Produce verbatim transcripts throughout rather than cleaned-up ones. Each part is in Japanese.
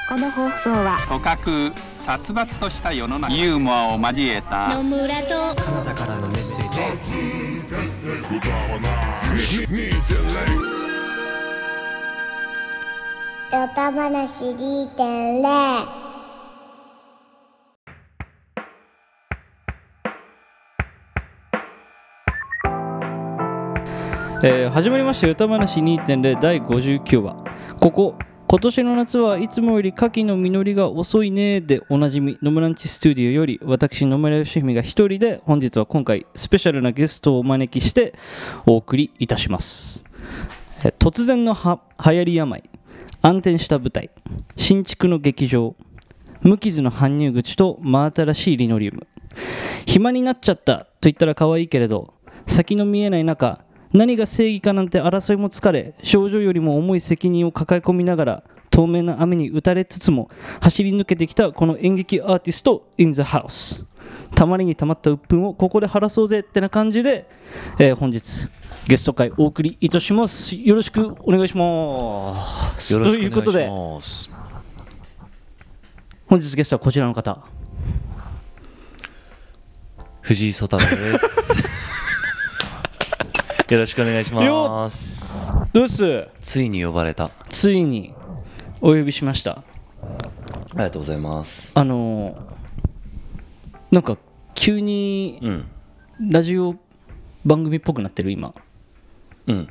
この放送は組閣殺伐とした世の中、ユーモアを交えた野村とカナダからのメッセージ。 ヨタ話 にてんゼロ。 えー、始まりました歌話 にてんゼロ だいごじゅうきゅうわ。ここ今年の夏はいつもより牡蠣の実りが遅いねでおなじみ野村んちスタジオより、私野村義文が一人で本日は今回スペシャルなゲストをお招きしてお送りいたします。えー、突然のは流行り病、暗転した舞台、新築の劇場、無傷の搬入口と真新しいリノリウム。暇になっちゃったと言ったら可愛いけれど、先の見えない中、何が正義かなんて争いも疲れ、症状よりも重い責任を抱え込みながら透明な雨に打たれつつも走り抜けてきたこの演劇アーティスト in the house。 たまりにたまった鬱憤をここで晴らそうぜってな感じで、えー、本日ゲスト会お送りいたします。よろしくお願いします。 よろしくお願いします。 ということで本日ゲストはこちらの方、 藤井聡太郎ですよろしくお願いします。 どうすついに呼ばれた。 ついにお呼びしました。 ありがとうございます。 あのー、なんか急にうんラジオ番組っぽくなってる今。 うん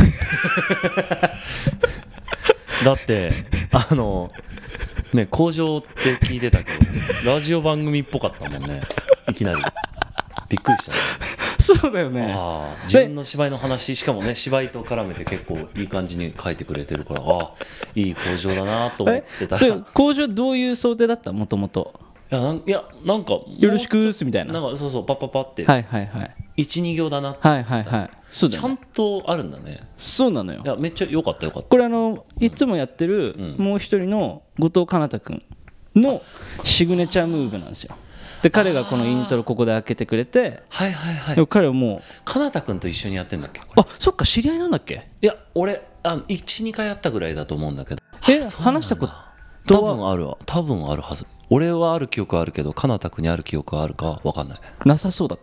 だってあのね、工場って聞いてたけどラジオ番組っぽかったもんね。いきなりびっくりしたね。 そうだよね。 あ自分の芝居の話、しかもね芝居と絡めて結構いい感じに書いてくれてるから、あいい工場だなと思ってたら、 それ工場どういう想定だったもともと。 いやなんいやなんかよろしくーすみたいな。 なんかそうそうパッパッパってはいはいはいいち、に行だなって、 はいはいはい。そうだちゃんよね。 とあるんだね。 そうなのよい。やめっちゃ良かった良かった。 これあのいつもやってるうんもう一人の後藤かなたくんのシグネチャームーブなんですよ。で彼がこのイントロここで開けてくれて、 はいはいはでもい。 彼はもう、 かなたくんと一緒にやってんだっけこれ。 あそっか知り合いなんだっけ。 いや俺あいち、にかいやったぐらいだと思うんだけど。 えあそうなんだ話したこと多分あるわ。多分あるはず。俺はある記憶はあるけど、かなたくんにある記憶はあるか分かんない。 なさそうだった。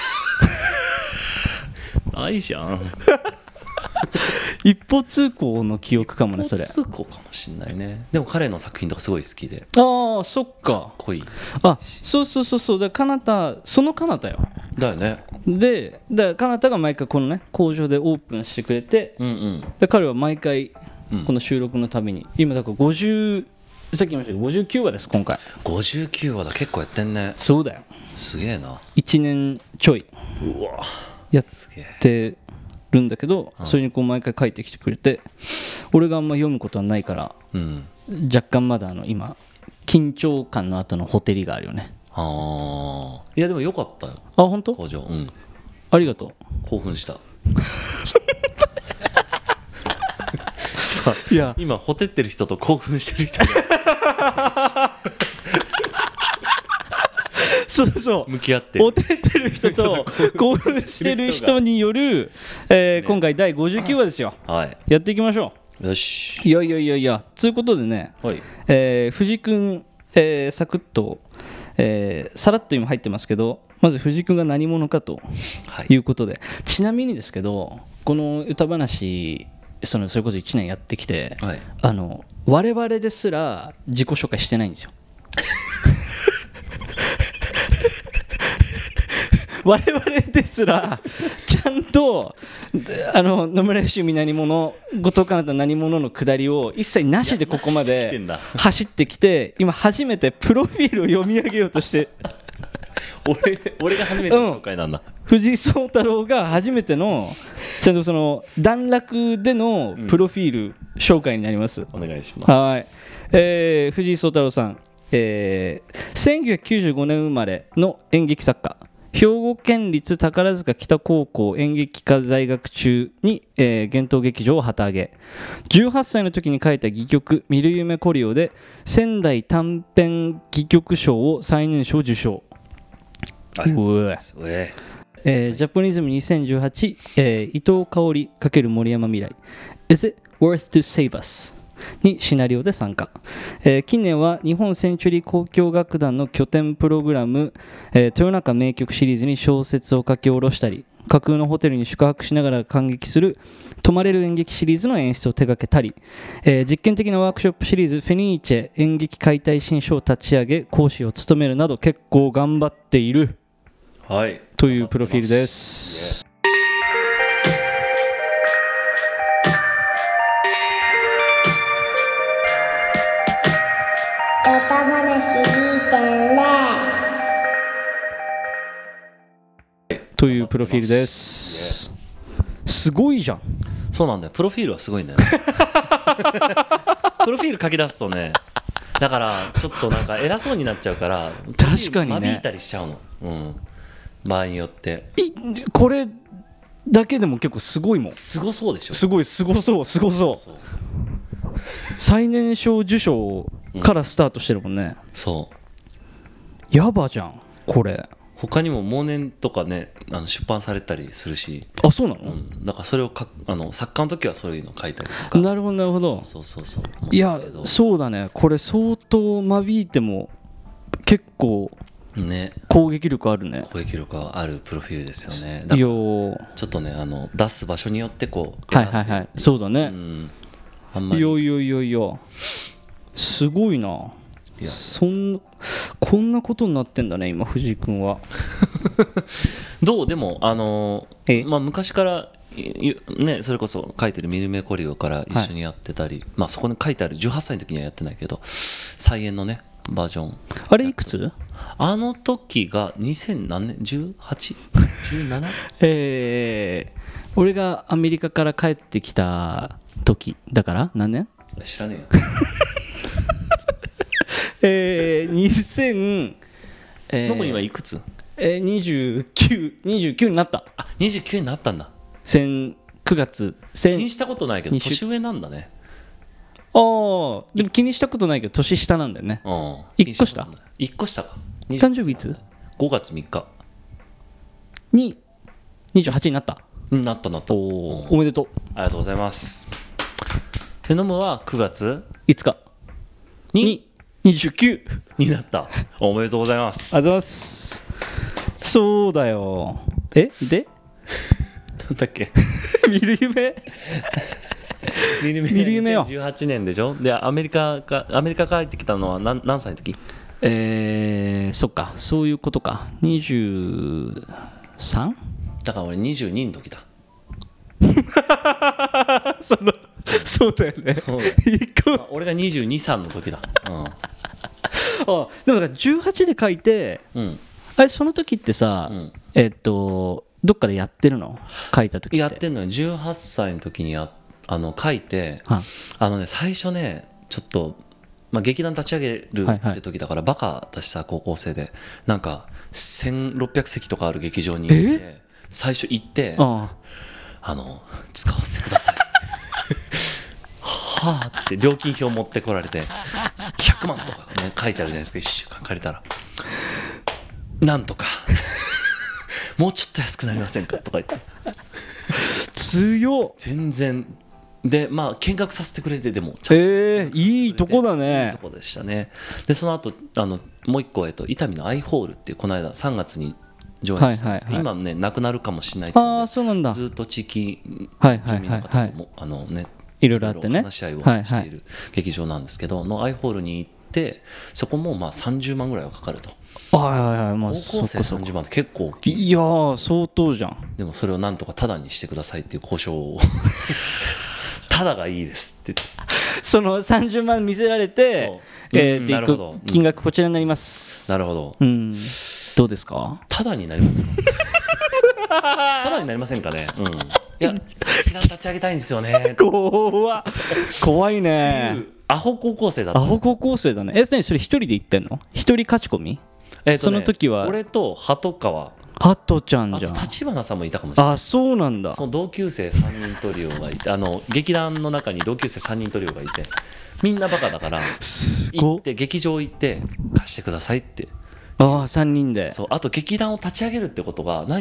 ないじゃん。 一方通行の記憶かもねそれ。 通行かもしんないね。でも彼の作品とかすごい好きでああそっかかっこいい。 あそうそうそうそう。だからかなたそのかなたよ。 だよね。 でだからかなたが毎回このね工場でオープンしてくれて、 うんうんで彼は毎回うんこの収録のたびに、今だからごじゅうさっき言いましたけどごじゅうきゅうわです今回。 ごじゅうきゅうわだ。結構やってんね。 そうだよ。 すげえな。 いちねんちょいうわやっすげえ。 てるんだけど、 うんそれにこう毎回書いてきてくれて、俺があんま読むことはないからうん若干まだあの今緊張感の後のほてりがあるよね。 ああいやでもよかったよあ本当。 工場。うんありがと興奮した。 う。いや今ほてってる人と興奮してる人がそうそう向き合ってる。 ほてってる人と興奮してる人による、えーね今回だいごじゅうきゅうわですよ。 はいやっていきましょよし。 う。いやいやいやいやということでね、 はいえー藤井くん、えーサクッと、えーさらっと今入ってますけど、まず藤井くんが何者かとはいいうことで、ちなみにですけどこの歌話そのそれこそいちねんやってきて、 はいあの我々ですら自己紹介してないんですよ。我々ですらちゃんとあの野村義美何者後藤かなた何者の下りを一切なしでここまいやなしで来てでんだ走ってきて、今初めてプロフィールを読み上げようとして俺俺が初めての紹介なんだ。 藤井聡太郎が初めてのちゃんとその段落でのプロフィール紹介になります。 お願いします。 はい、えー藤井聡太郎さん、えーせんきゅうひゃくきゅうじゅうごねん生まれの演劇作家、兵庫県立宝塚北高校演劇科在学中に、えー、幻冬劇場を旗揚げ、じゅうはっさいの時に書いた戯曲「見る夢コリオ」で仙台短編戯曲賞を最年少受賞。 ありがとうございます。うええージャポニズムにせんじゅうはち、えー伊藤香織×森山未来 Is it worth to save us にシナリオで参加、えー近年は日本センチュリー交響楽団の拠点プログラム、えー豊中名曲シリーズに小説を書き下ろしたり、架空のホテルに宿泊しながら感激する泊まれる演劇シリーズの演出を手掛けたり、えー実験的なワークショップシリーズフェニーチェ演劇解体新書を立ち上げ講師を務めるなど結構頑張っているはいというプロフィールです。 歌話 にてんゼロというプロフィールです。すごいじゃん。 そうなんだよ、プロフィールはすごいんだよねプロフィール書き出すとね、だからちょっとなんか偉そうになっちゃうから確かにね間引いたりしちゃうの、うん、場合によっていこれだけでも結構すごいもん。 すごそうでしょ。 すごいすごそうすごそう。 そう最年少受賞からスタートしてるもんね、 そうやばじゃんこれ。 他にも忘年とかね、あの出版されたりするし、 あ、そうなの、 うん、だからそれをかあの作家の時はそういうの書いたりとか。 なるほどなるほど。 そうそうそう。 いやうそうだね、これ相当間引いても結構ね、 攻撃力あるね。 攻撃力があるプロフィールですよね。だいやからーちょっとね、あの出す場所によってこうはいはいはい、そうだね、 うん、あんまりいやいやいやいやすごいな。 いやそんなこんなことになってんだね今藤井君はどうでもあのえまあ昔からいね、それこそ書いてるミルメコリオから一緒にやってたり、まあそこに書いてあるじゅうはっさいの時にはやってないけど再演のねバージョン、 あれいくつ？ あの時がにせん何年 じゅうはち？じゅうなな？ えー、俺がアメリカから帰ってきた時だから何年？ 知らねえよえー、にせん、えー、 ノブ今いくつ？ えー、にじゅうきゅう、にじゅうきゅうになった。 あ、にじゅうきゅうになったんだ。 先くがつ気にしたことないけど年上なんだね。 ああ、でも気にしたことないけど年下なんだよね。 うん、 いっこ下？ いっこ下か。 誕生日いつ？ ごがつみっかににじゅうはちになった。 うんなったなった。 おおめでとう。 ありがとうございます。でノムはくがついつかににじゅうきゅうになった。おめでとうございます。 ありがとうございます。そうだよ。えでなんだっけ見る夢見る見る夢よ。 にせんじゅうはちねんでしょ。でアメリカかアメリカ帰ってきたのは何何歳の時？ えー、そっかそういうことか。にじゅうさん？ だから俺にじゅうにの時だ。 そのそうだよね。 そうだよあ俺がにじゅうに、さんの時だ。 あでもだからじゅうはちで書いて、 うん、うんあれその時ってさ、うん、えっとどっかでやってるの？書いた時ってやってんのよ。じゅうはっさいの時にやあの書いて、 はあのね最初ねちょっと、まあ、劇団立ち上げるって時だから、はいはい、バカだしさ高校生でなんかせんろっぴゃくせきとかある劇場に行って最初行ってああの使わせてくださいはあって料金表持ってこられてひゃくまんとか、ね、書いてあるじゃないですか。いっしゅうかん借りたらなんとかもうちょっと安くなりませんかとか言って強っ。 全然でまあ見学させてくれてでもちゃんとえー、いいとこだね。 いいとこでしたね。でその後あのもう一個、えっと、伊丹のアイホールっていうこの間さんがつに上演したんですけど、はいはいはい、今ねなくなるかもしれないっていうのであそうなんだ。 ずっと地域住民の方ともあのねいろいろあってね話し合いをしている劇場なんですけど、はいはい、のアイホールに行ってそこもまあさんじゅうまんぐらいはかかると。 はいはいはい、まあ、 高校生さんじゅうまんって結構大きい。 いやー相当じゃん。 でもそれをなんとかタダにしてくださいっていう交渉をタダがいいですって言ってそのさんじゅうまん見せられて、えー、でいく金額こちらになります。 なるほど、 うん、どうですか？ タダになりますか？タダになりませんかね。うん、いや劇団立ち上げたいんですよね。 怖怖いね。 アホ高校生だった。 アホ高校生だね。え、何それ一人で行ってんの？一人勝ち込み？えーとね、その時は俺と鳩川、 鳩ちゃんじゃん。 あと立花さんもいたかもしれない。 あ、そうなんだ。 その同級生さんにんトリオがいて、あの劇団の中に同級生さんにんトリオがいて、みんなバカだから行って劇場行って貸してくださいって。 ああさんにんで。 そう、あと劇団を立ち上げるってことが何か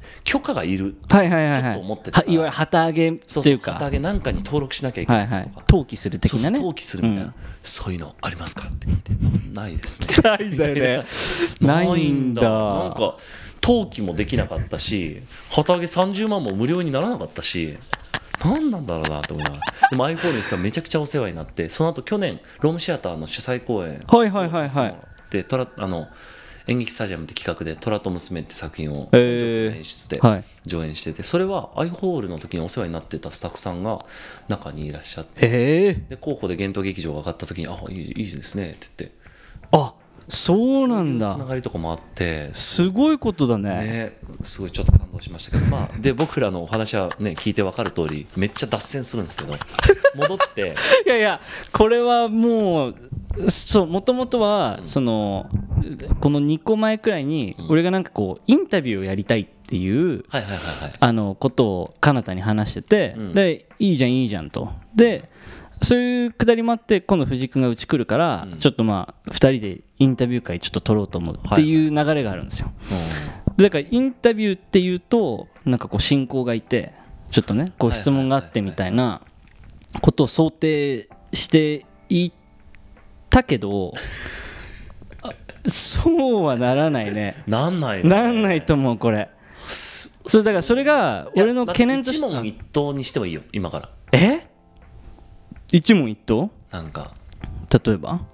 許可がいるはいはいはいちょっはいと思ってたはいいわゆる旗揚げってそうそういうか旗揚げなんかに登録しなきゃいけははいないいとか、 登記する的なねそうそう登記するみたいな、 うんそういうのありますかって聞いてないですねないんだよねないんだなんか登記もできなかったし旗揚げさんじゅうまんも無料にならなかったし何なんだろうなと思いながらでも アイフォー の人はめちゃくちゃお世話になってその後去年ロームシアターの主催公演はいはいはいはいでトラあの演劇スタジアムって企画で「虎と娘」って作品をえー演出ではい上演しててそれはアイホールの時にお世話になってたスタッフさんが中にいらっしゃってへえで候補で幻冬劇場が上がった時に「あいいいいですね」って言ってあそうなんつなだがりとかもあってすごいことだねねすごいちょっと感動しましたけどまあで僕らのお話はね聞いて分かる通りめっちゃ脱線するんですけど戻っていやいやこれはもうそうもともとはそのこのにこまえくらいに俺がなんかこうインタビューをやりたいっていうはいはいはいはいあのことをかなたに話してて、 うんでいいじゃんいいじゃんとでそういうくだりもあって今度藤井君がうち来るから、 うんちょっとまあふたりでインタビュー会ちょっと取ろうと思うっていう流れがあるんですよ、でだからインタビューっていうとなんかこう進行がいてちょっとねこう質問があってみたいなことを想定していたけどあそうはならないねなんないねなんないと思うこれそうだからそれが俺の懸念として一問一答にしてもいいよ今からえ一問一答なんか例えば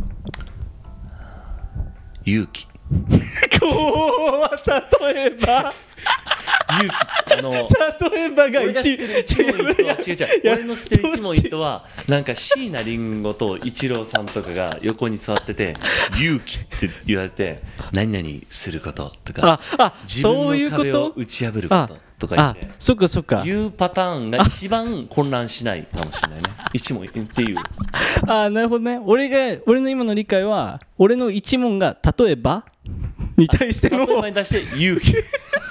勇気こう例えば勇気あの例えばが俺が知ってる一問一答は違う違うや俺の知ってる一問一答はなんか椎名林檎とイチローさんとかが横に座ってて勇気って言われて何々することとかああ自分そういうこの壁をと打ち破ることとか言あってそっかそっかいうパターンが一番混乱しないかもしれないね一問っていうあなるほどね俺が俺の今の理解は俺の一問が例えばに対しての例えばに対して勇気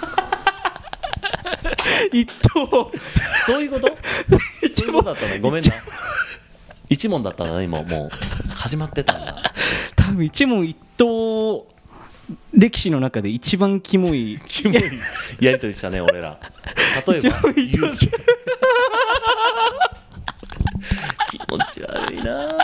一答そういうことそういうことだったねごめんな一問だったんだね今もう始まってたんだ多分一問一答歴史の中で一番キモいキモいやりとりしたね俺ら例えば勇気気持ち悪いな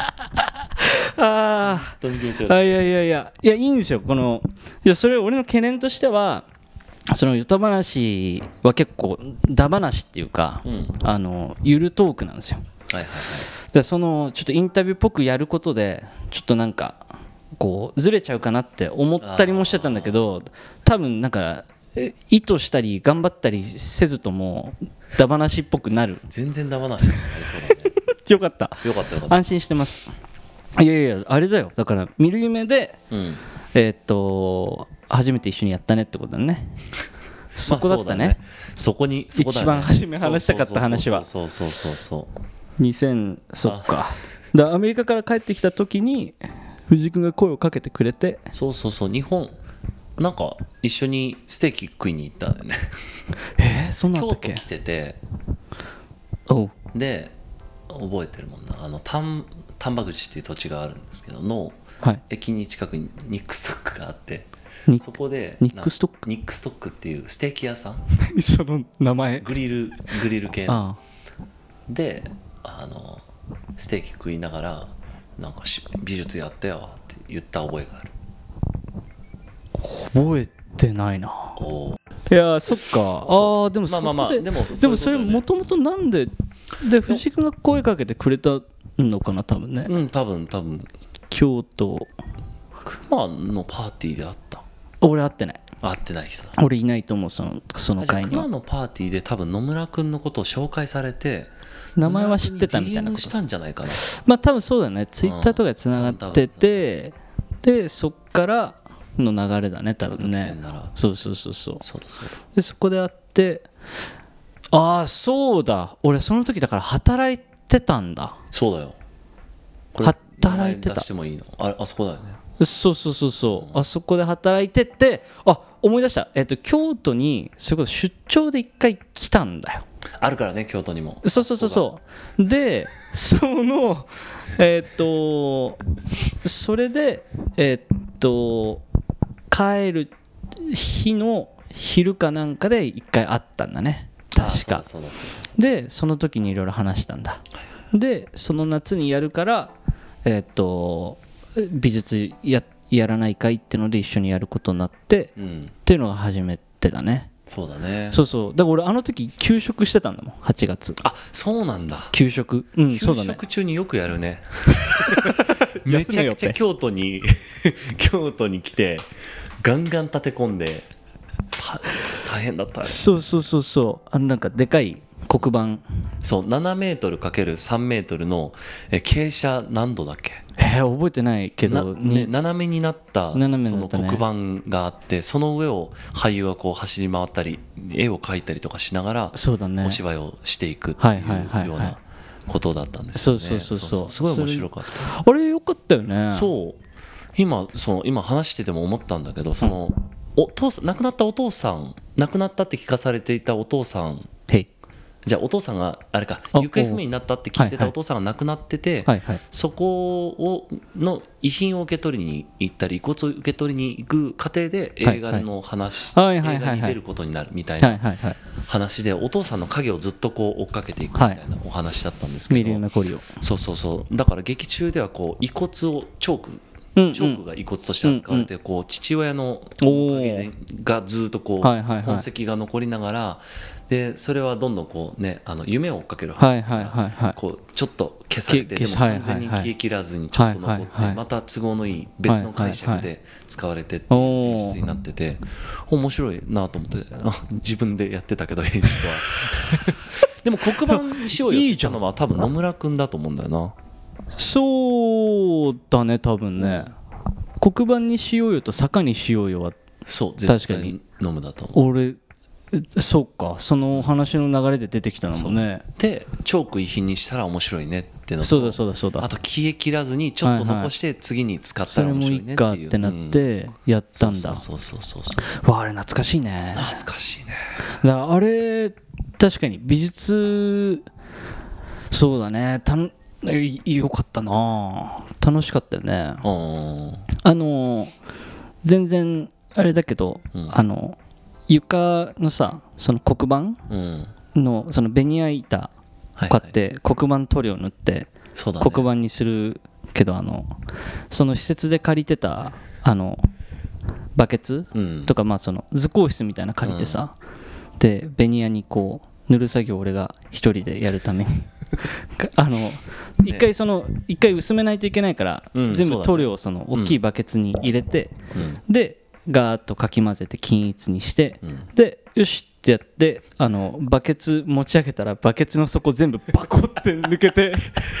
あ本当に気持ちー悪いあいやいやいやいやいいんですよこのいやそれ俺の懸念としてはその歌話は結構ダ話っていうか、 うんあのゆるトークなんですよはいはいはいでそのちょっとインタビューっぽくやることでちょっとなんかこうずれちゃうかなって思ったりもしてたんだけど多分なんかえ意図したり頑張ったりせずともダ話っぽくなる全然ダ話になりそうだねよかったよかったよかった安心してますいやいやあれだよだから見る夢でうんえーっと初めて一緒にやったねってことだねそこだったね,、 まあそうだそこにそこだね一番初め話したかった話はそうそうそうそうそうにせんそっかだアメリカから帰ってきた時に藤井君が声をかけてくれてそうそうそう日本なんか一緒にステーキ食いに行ったんだよねえー、そんなんあったっけ京都来てておうで覚えてるもんなあの丹丹波口っていう土地があるんですけどのはい駅に近くにニックストックがあってニそこでニックストックなニックストックっていうステーキ屋さんその名前グリルグリル系のあであのステーキ食いながらなんかし美術やったよって言った覚えがあるあ覚えてないなおいやそっかああでもそこで、 まあまあまあでもでもそれそういうことだよねもともとなんでで藤井君が声かけてくれたのかな多分ね、 うん多分多分京都熊のパーティーであった俺会ってない会ってない人だ俺いないと思うそのそのあじゃあ会には熊のパーティーで多分野村君のことを紹介されて名前は知ってたみたいな野村君に ディーエムことしたんじゃないかなまあ多分そうだねツイッターとかでつながってて、でそっからの流れだね多分ねならそうそうそうそうそうだそうだでそこで会ってああそうだ俺その時だから働いてたんだそうだよこれ働いてた名前出してもいいのああそこだよねそうそうそうそうあそこで働いててあ思い出した、えっと、京都にそれこそ出張で一回来たんだよあるからね京都にもそうそうそうそうでそのえっとそれでえっと帰る日の昼かなんかで一回会ったんだね確か。 そうだそうだそうだ。 でその時にいろいろ話したんだ。でその夏にやるからえーっと美術 や, やらないかいってので一緒にやることになって、 うん、 っていうのが初めてだね。 そうだね。 そうそうだから俺あの時休職してたんだもんはちがつ。 あ、そうなんだ。 休職うんそうだね。 休職中によくやるねめちゃくちゃ京都に京都に来てガンガン立て込んで大変だった。 そうそうそうそうあのなんかでかい黒板。 そうななメートルかけるさんメートルのえ傾斜何度だっけ。 えー、覚えてないけどな、ね、斜めになった斜めそのになったね黒板があってその上を俳優がこう走り回ったり絵を描いたりとかしながらそうだねお芝居をしていくってはいはいはいはいいうようなことだったんですよね。 そうそうそうそうすごい面白かった。 あれよかったよね。 そう今その今話してても思ったんだけどその、お父さん亡くなったお父さん亡くなったって聞かされていたお父さんへいじゃあお父さんがあれかあ行方不明になったって聞いてたお父さんが亡くなってて、 はいはいそこをの遺品を受け取りに行ったり遺骨を受け取りに行く過程で映画の話、 はいはい映画に出ることになるみたいなはいはいはい話でお父さんの影をずっとこう追っかけていくみたいなお話だったんですけミど、 リウムコリオ。 そうそうそうだから劇中ではこう遺骨をチョークうんうんチョークが遺骨として扱われてこう父親のお影がずっとこうはいはいはい痕跡が残りながらでそれはどんどんこうねあの夢を追っかけるはいはいはいはいこうちょっと消されてでも消消完全にはいはいはい消えきらずにちょっと残っはいはいはいてまた都合のいい別の解釈で使われてっていう演出になってて面白いなと思ってあ自分でやってたけど演出はでも黒板しようよって言ったのは多分野村君だと思うんだよな。 そうだね多分ね黒板にしようよと坂にしようよはそう絶対確かに飲むだと思う。 俺そうかその話の流れで出てきたのもね。 でチョーク遺品にしたら面白いねってのとそうだそうだそうだあと消えきらずにちょっと残して次に使ったそれもいら面白いねいかってなってやったんだ。 そうそうそうそうそうわあれ懐かしいね。 懐かしいね。 だからあれ確かに美術そうだねたんよかったな楽しかったよね。 うんあの全然あれだけど、 うんあの床のさその黒板うんのそのベニヤ板を買って黒板塗料塗ってそうだね黒板にするけどあのその施設で借りてたあのバケツうんとかまあその図工室みたいな借りてさでベニヤにこう塗る作業を俺が一人でやるためにあの一回その一回薄めないといけないからうん全そうだね部塗料をその大きいバケツに入れてうんでガーッとかき混ぜて均一にしてうんでよしってやってあのバケツ持ち上げたらバケツの底全部バコって抜けて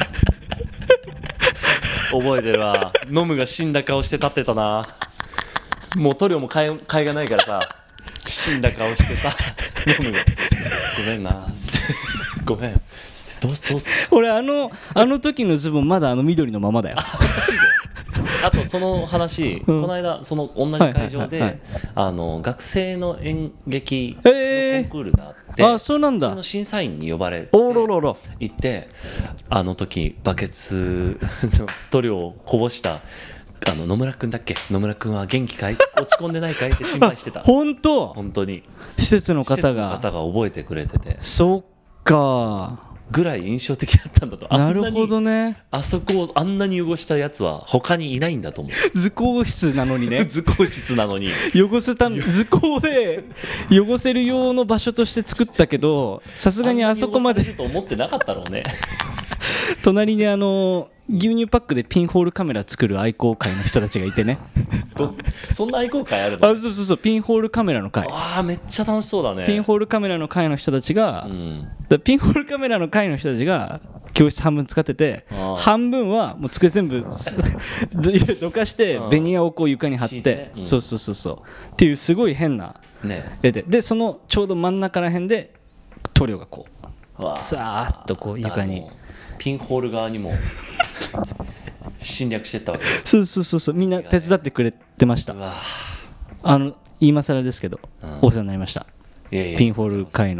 覚えてるわノムが死んだ顔して立ってたな。もう塗料も買い買いがないからさ死んだ顔してさノムがごめんなつってごめんつってどうすどうす俺あのあの時のズボンまだあの緑のままだよ。 あとその話、 うんこの間その同じ会場はいはいはいはいであの学生の演劇のコえーンクールがあって、 あそうなんだその審査員に呼ばれておろろろ行ってあの時バケツの塗料をこぼしたあの野村君だっけ野村君は元気かい落ち込んでないかいって心配してた本当本当に施設の施設方がの方が覚えてくれててそっかぐらい印象的だったんだとあんなになるほどねあそこをあんなに汚したやつは他にいないんだと思う図工室なのにね図工室なのに汚すため図工で汚せる用の場所として作ったけどさすがにあそこまであんなに汚されると思ってなかったろうね隣にあの牛乳パックでピンホールカメラ作る愛好会の人たちがいてねどそんな愛好会あるのあそうそうそうピンホールカメラの会ああめっちゃ楽しそうだねピンホールカメラの会の人たちが、 うんだピンホールカメラの会の人たちが教室半分使っててあー半分はもう机全部どかしてうんベニヤをこう床に貼って、 敷いてねうんそうそうそうそうっていうすごい変なね絵ででそのちょうど真ん中ら辺で塗料がこうわあさーっとこう床にあのピンホール側にも侵略してったわけそうそうそうそうみんな手伝ってくれてましたうわあの今更ですけど、 うんお世話になりましたいやいやピンホール会の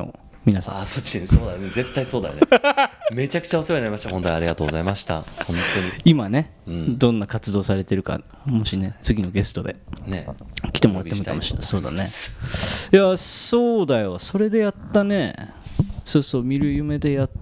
皆さん。 あそっちね、そうだね、絶対そうだよねめちゃくちゃお世話になりました。本当にありがとうございました。本当に今ね、 うん、 どんな活動されてるか、もしね次のゲストでね来てもらってもいいかもしれない。そうだね。いやそうだよ、それでやったね。そうそう、見る夢でやって、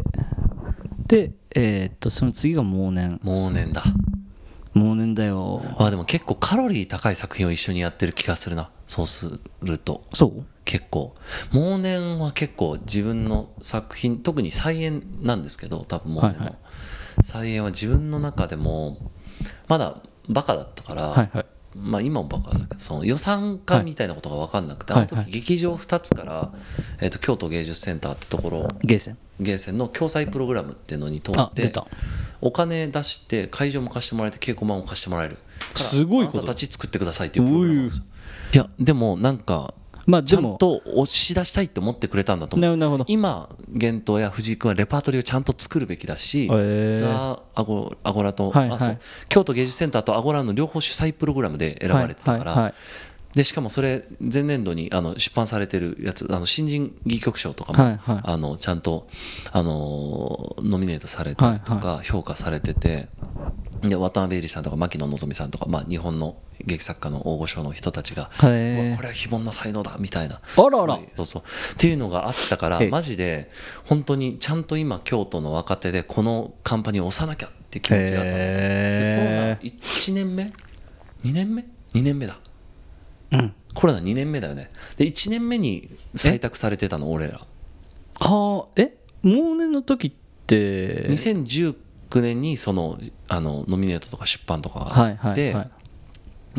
でえー、っとその次が忘年。 忘年だ。 忘年だよ。 あでも結構カロリー高い作品を一緒にやってる気がするな。そうすると。 そう結構忘年は結構自分の作品、特に再演なんですけど、多分忘年の、はいはい、再演は自分の中でもまだバカだったから、はいはい、まあ今もバカだけど、その予算化みたいなことが分かんなくて、はい、あの時劇場ふたつから、えー、と京都芸術センターってところ、 ゲーセンゲーセンの共催プログラムっていうのに通って、お金出して会場も貸してもらえて稽古場も貸してもらえるから、すごいこと、あなたたち作ってくださいっていうプログラムなんですよ。いやでもなんかまあ、ちゃんと押し出したいって思ってくれたんだと思う。なるほど。今玄東や藤井君はレパートリーをちゃんと作るべきだし、ツアーアゴアゴラと、はいはい、あそう京都芸術センターとアゴラの両方主催プログラムで選ばれてたから、はいはいはい、でしかもそれ前年度にあの出版されてるやつ、あの新人戯曲賞とかも、はいはい、あのちゃんとあのノミネートされたりとか評価されてて、で渡辺えりさんとか牧野のぞみさんとか、まあ、日本の劇作家の大御所の人たちが、これは非凡な才能だみたいな、 あらあら、 そうそうっていうのがあったから、マジで本当にちゃんと今京都の若手でこのカンパニーを押さなきゃって気持ちがあったので、コロナいちねんめにねんめにねんめだ、うん、コロナにねんめだよね。でいちねんめに採択されてたの俺ら。 はあ、え忘年の時ってにせんじゅうきゅうねんにそのあのノミネートとか出版とかがあって、はいはいはい、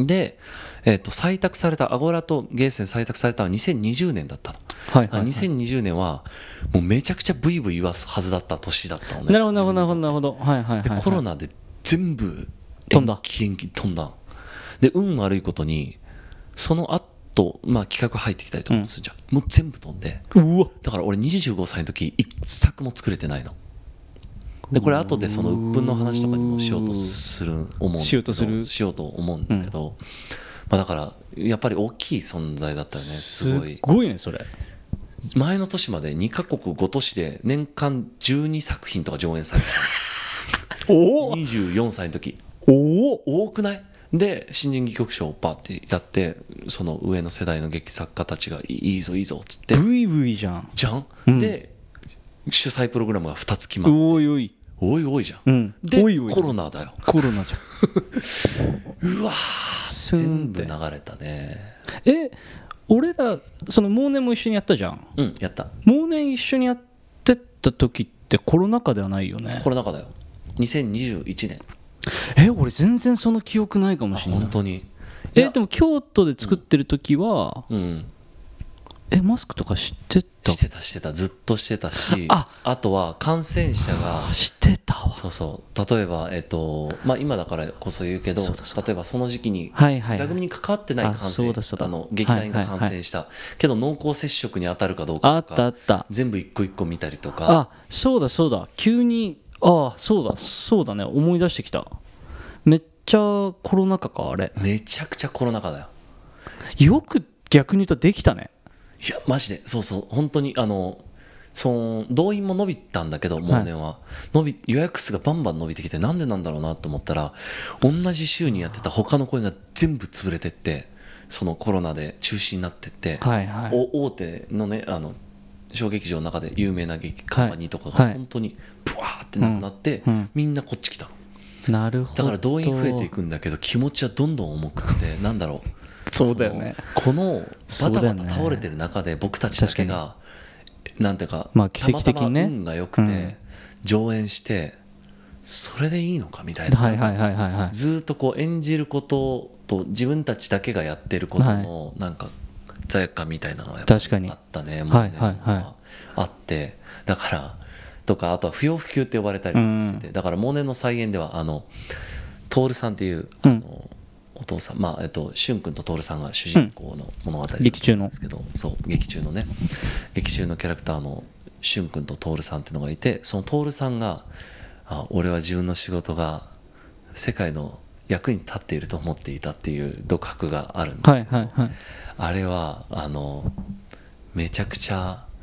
で、えー、と採択されたアゴラとゲーセン採択されたのはにせんにじゅうねんだったの、はいはいはい、にせんにじゅうねんはもうめちゃくちゃブイブイ言わすはずだった年だったのね。 なるほどなるほどなるほど、はいはいはいはい、 でコロナで全部飛んだ延期延期飛んだ。で運悪いことにその後、まあ企画入ってきたりとかもするじゃん、うん、もう全部飛んで、うわだから俺にじゅうごさいの時一作も作れてないので、これ後でその鬱憤の話とかにもしようとする思うんだけど、しようとするしようと思うんだけど、うん、まあ、だからやっぱり大きい存在だったよね。すごいすごいねそれ。 前の年までにカ国ご都市で年間じゅうにさく品とか上演されてたおにじゅうよんさいの時。おお多くない？で新人戯曲賞をパーってやって、その上の世代の劇作家たちがいいぞいいぞっつってブイブイじゃんじゃん、うん、で主催プログラムがふたつ決まって、 おいおいおいおいじゃん、 うん、 でおいおいコロナだよ。 コロナじゃんうわ全部流れたね。 え俺らその忘年も一緒にやったじゃん。 うんやった。 忘年一緒にやってた時ってコロナ禍ではないよね。 コロナ禍だよ。にせんにじゅういちねん。 え俺全然その記憶ないかもしれない。 本当に。 えでも京都で作ってる時は、 うん、うんえマスクとかしてた？ してたしてた、ずっとしてたし、あ, あとは感染者がしてたわ。 そうそう例えば、えっとまあ、今だからこそ言うけど、例えばその時期に座組に関わってない感染、あの劇団員が感染した、はいはいはい、けど濃厚接触に当たるかどうかとか、 あったあった、 全部一個一個見たりとか。 あそうだそうだ、急にあそうだそうだね、思い出してきた。めっちゃコロナ禍かあれ。 めちゃくちゃコロナ禍だよ。 よく逆に言うとできたね。 いやマジでそうそう本当にあのその動員も伸びたんだけど忘年は、はい、伸び予約数がバンバン伸びてきて、なんでなんだろうなと思ったら、同じ週にやってた他の公演が全部潰れてって、そのコロナで中止になってって、はいはい、お大手のねあの小劇場の中で有名な劇カンパニーとかが本当にブワーってなくなって、はいはい、みんなこっち来たの。 なるほど。 だから動員増えていくんだけど気持ちはどんどん重くて、なんだろうそうだよね。 このバタバタ倒れてる中で僕たちだけがなんていうか、 まあ奇跡的にね、 たまたま運が良くて上演してそれでいいのかみたいな、ずっとこう演じることと自分たちだけがやってることのなんか罪悪感みたいなのはやっぱりあったね。もうねあって、だからとか、あとは不要不急って呼ばれたりとかしてて、だから忘年の再演ではあの徹さんっていうあのお父さん、まあえっと俊君と徹さんが主人公の物語なんですけど、そう劇中のね劇中のキャラクターの俊君と徹さんっていうのがいて、その徹さんがあ俺は自分の仕事が世界の役に立っていると思っていたっていう独白があるんだけど、はいはいはい、あれはあのめちゃくちゃ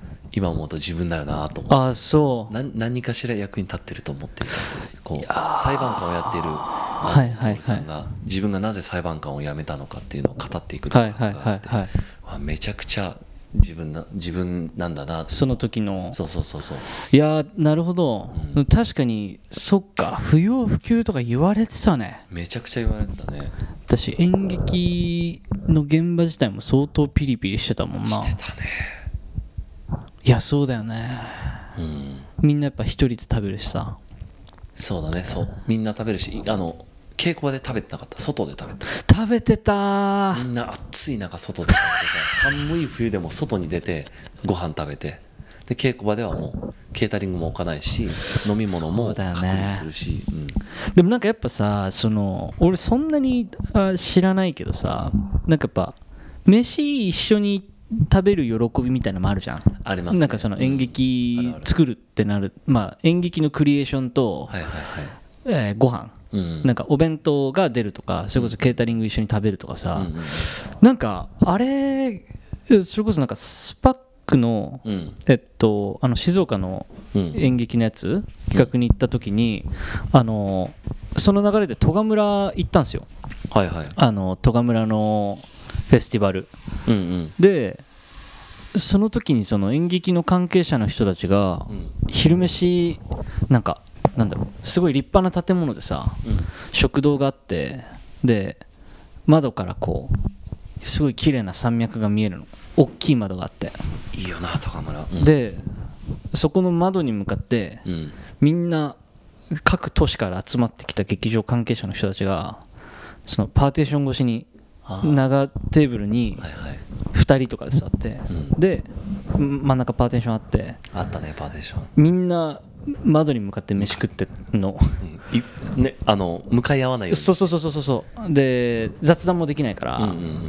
今思うと自分だよなと思って、 ああそうな何かしら役に立ってると思っていたんで、こう裁判官をやっているはいはいはいさんが自分がなぜ裁判官を辞めたのかっていうのを語っていく動画があって、 はいはいはいはいわめちゃくちゃ自分な自分なんだなって。 その時のそうそうそうそう。 いやーなるほど、 うん確かにそっか不要不急とか言われてたね。 めちゃくちゃ言われてたね。 私演劇の現場自体も相当ピリピリしてたもんな。 してたね。 いやそうだよね。 うんみんなやっぱ一人で食べるしさ。 そうだね。そうみんな食べるし、あの稽古場で食べてなかった、外で食べて食べてたー。 みんな暑い中外で食べてた。寒い冬でも外に出てご飯食べて、で稽古場ではもうケータリングも置かないし飲み物も隔離するし、うん、 でもなんかやっぱさ、その俺そんなにあ知らないけどさ、なんかやっぱ飯一緒に食べる喜びみたいなのもあるじゃん。 ありますね。 なんかその演劇うんあるある作るってなる、まあ演劇のクリエーションと、 はいはいはい、 えーご飯、 うん、 なんかお弁当が出るとか、それこそケータリング一緒に食べるとかさ、 うんうん、 なんかあれそれこそなんかスパックの、 うん、 えっとあの静岡の演劇のやつ、企画に行った時に、あのその流れで戸賀村行ったんですよ。 はいはい、 あの戸賀村のフェスティバル、 うんうん、 でその時にその演劇の関係者の人たちが昼飯なんかなんだろう、すごい立派な建物でさ、 うん、 食堂があって、で窓からこうすごい綺麗な山脈が見えるの、大きい窓があって、 いいよな戸賀村、うん、 でそこの窓に向かって、うん、みんな各都市から集まってきた劇場関係者の人たちがそのパーテーション越しに長テーブルにふたりとかで座って、うん、で真ん中パーテーションあって、 あったねパーテーション、 みんな窓に向かって飯食ってんの、 うん、ね、あの向かい合わないように、 そうそうそうそうそうで雑談もできないから、 うんうんうん、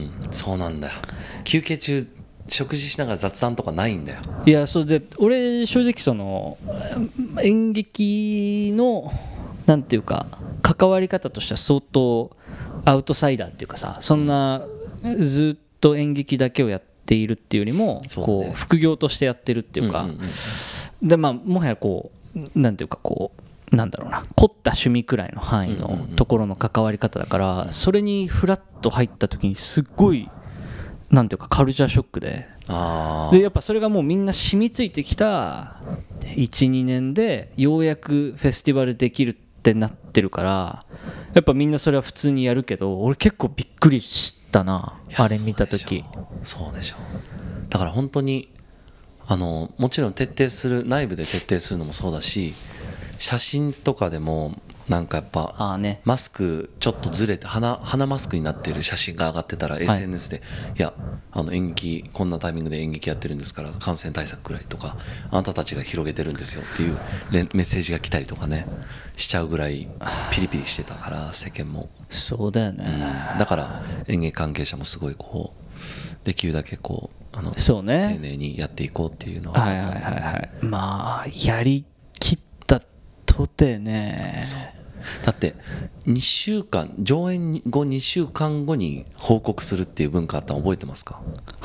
そうなんだよ。休憩中食事しながら雑談とかないんだよ。 いやそうで、俺正直その演劇のなんていうか関わり方としては相当アウトサイダーっていうかさ、そんなずっと演劇だけをやっているっていうよりも、こう副業としてやってるっていうか、 うんうんうん、 でまあもはやこうなんていうかこうなんだろうな、凝った趣味くらいの範囲のところの関わり方だから、それにフラッと入った時にすっごいなんていうかカルチャーショックで、 あでやっぱそれがもうみんな染みついてきた いちにねんでようやくフェスティバルできるってなってるから、やっぱみんなそれは普通にやるけど、俺結構びっくりしたな、あれ見た時。 そうでしょう。だから本当にあのもちろん徹底する、内部で徹底するのもそうだし、写真とかでもなんかやっぱあ、ね、 マスクちょっとずれて 鼻, 鼻マスクになっている写真が上がってたら エスエヌエス で、はい、いやあの演劇こんなタイミングで演劇やってるんですから感染対策くらいとか、あなたたちが広げてるんですよっていうメッセージが来たりとかねしちゃうぐらいピリピリしてたから、世間もそうだよね、 うん、だから演劇関係者もすごいこうできるだけこうあのそう、ね、 丁寧にやっていこうっていうのは、 はいはいはいはい、まあやりきったとてね。 そうだってにしゅうかん上演後にしゅうかんごに報告するっていう文化あったの覚えてますか？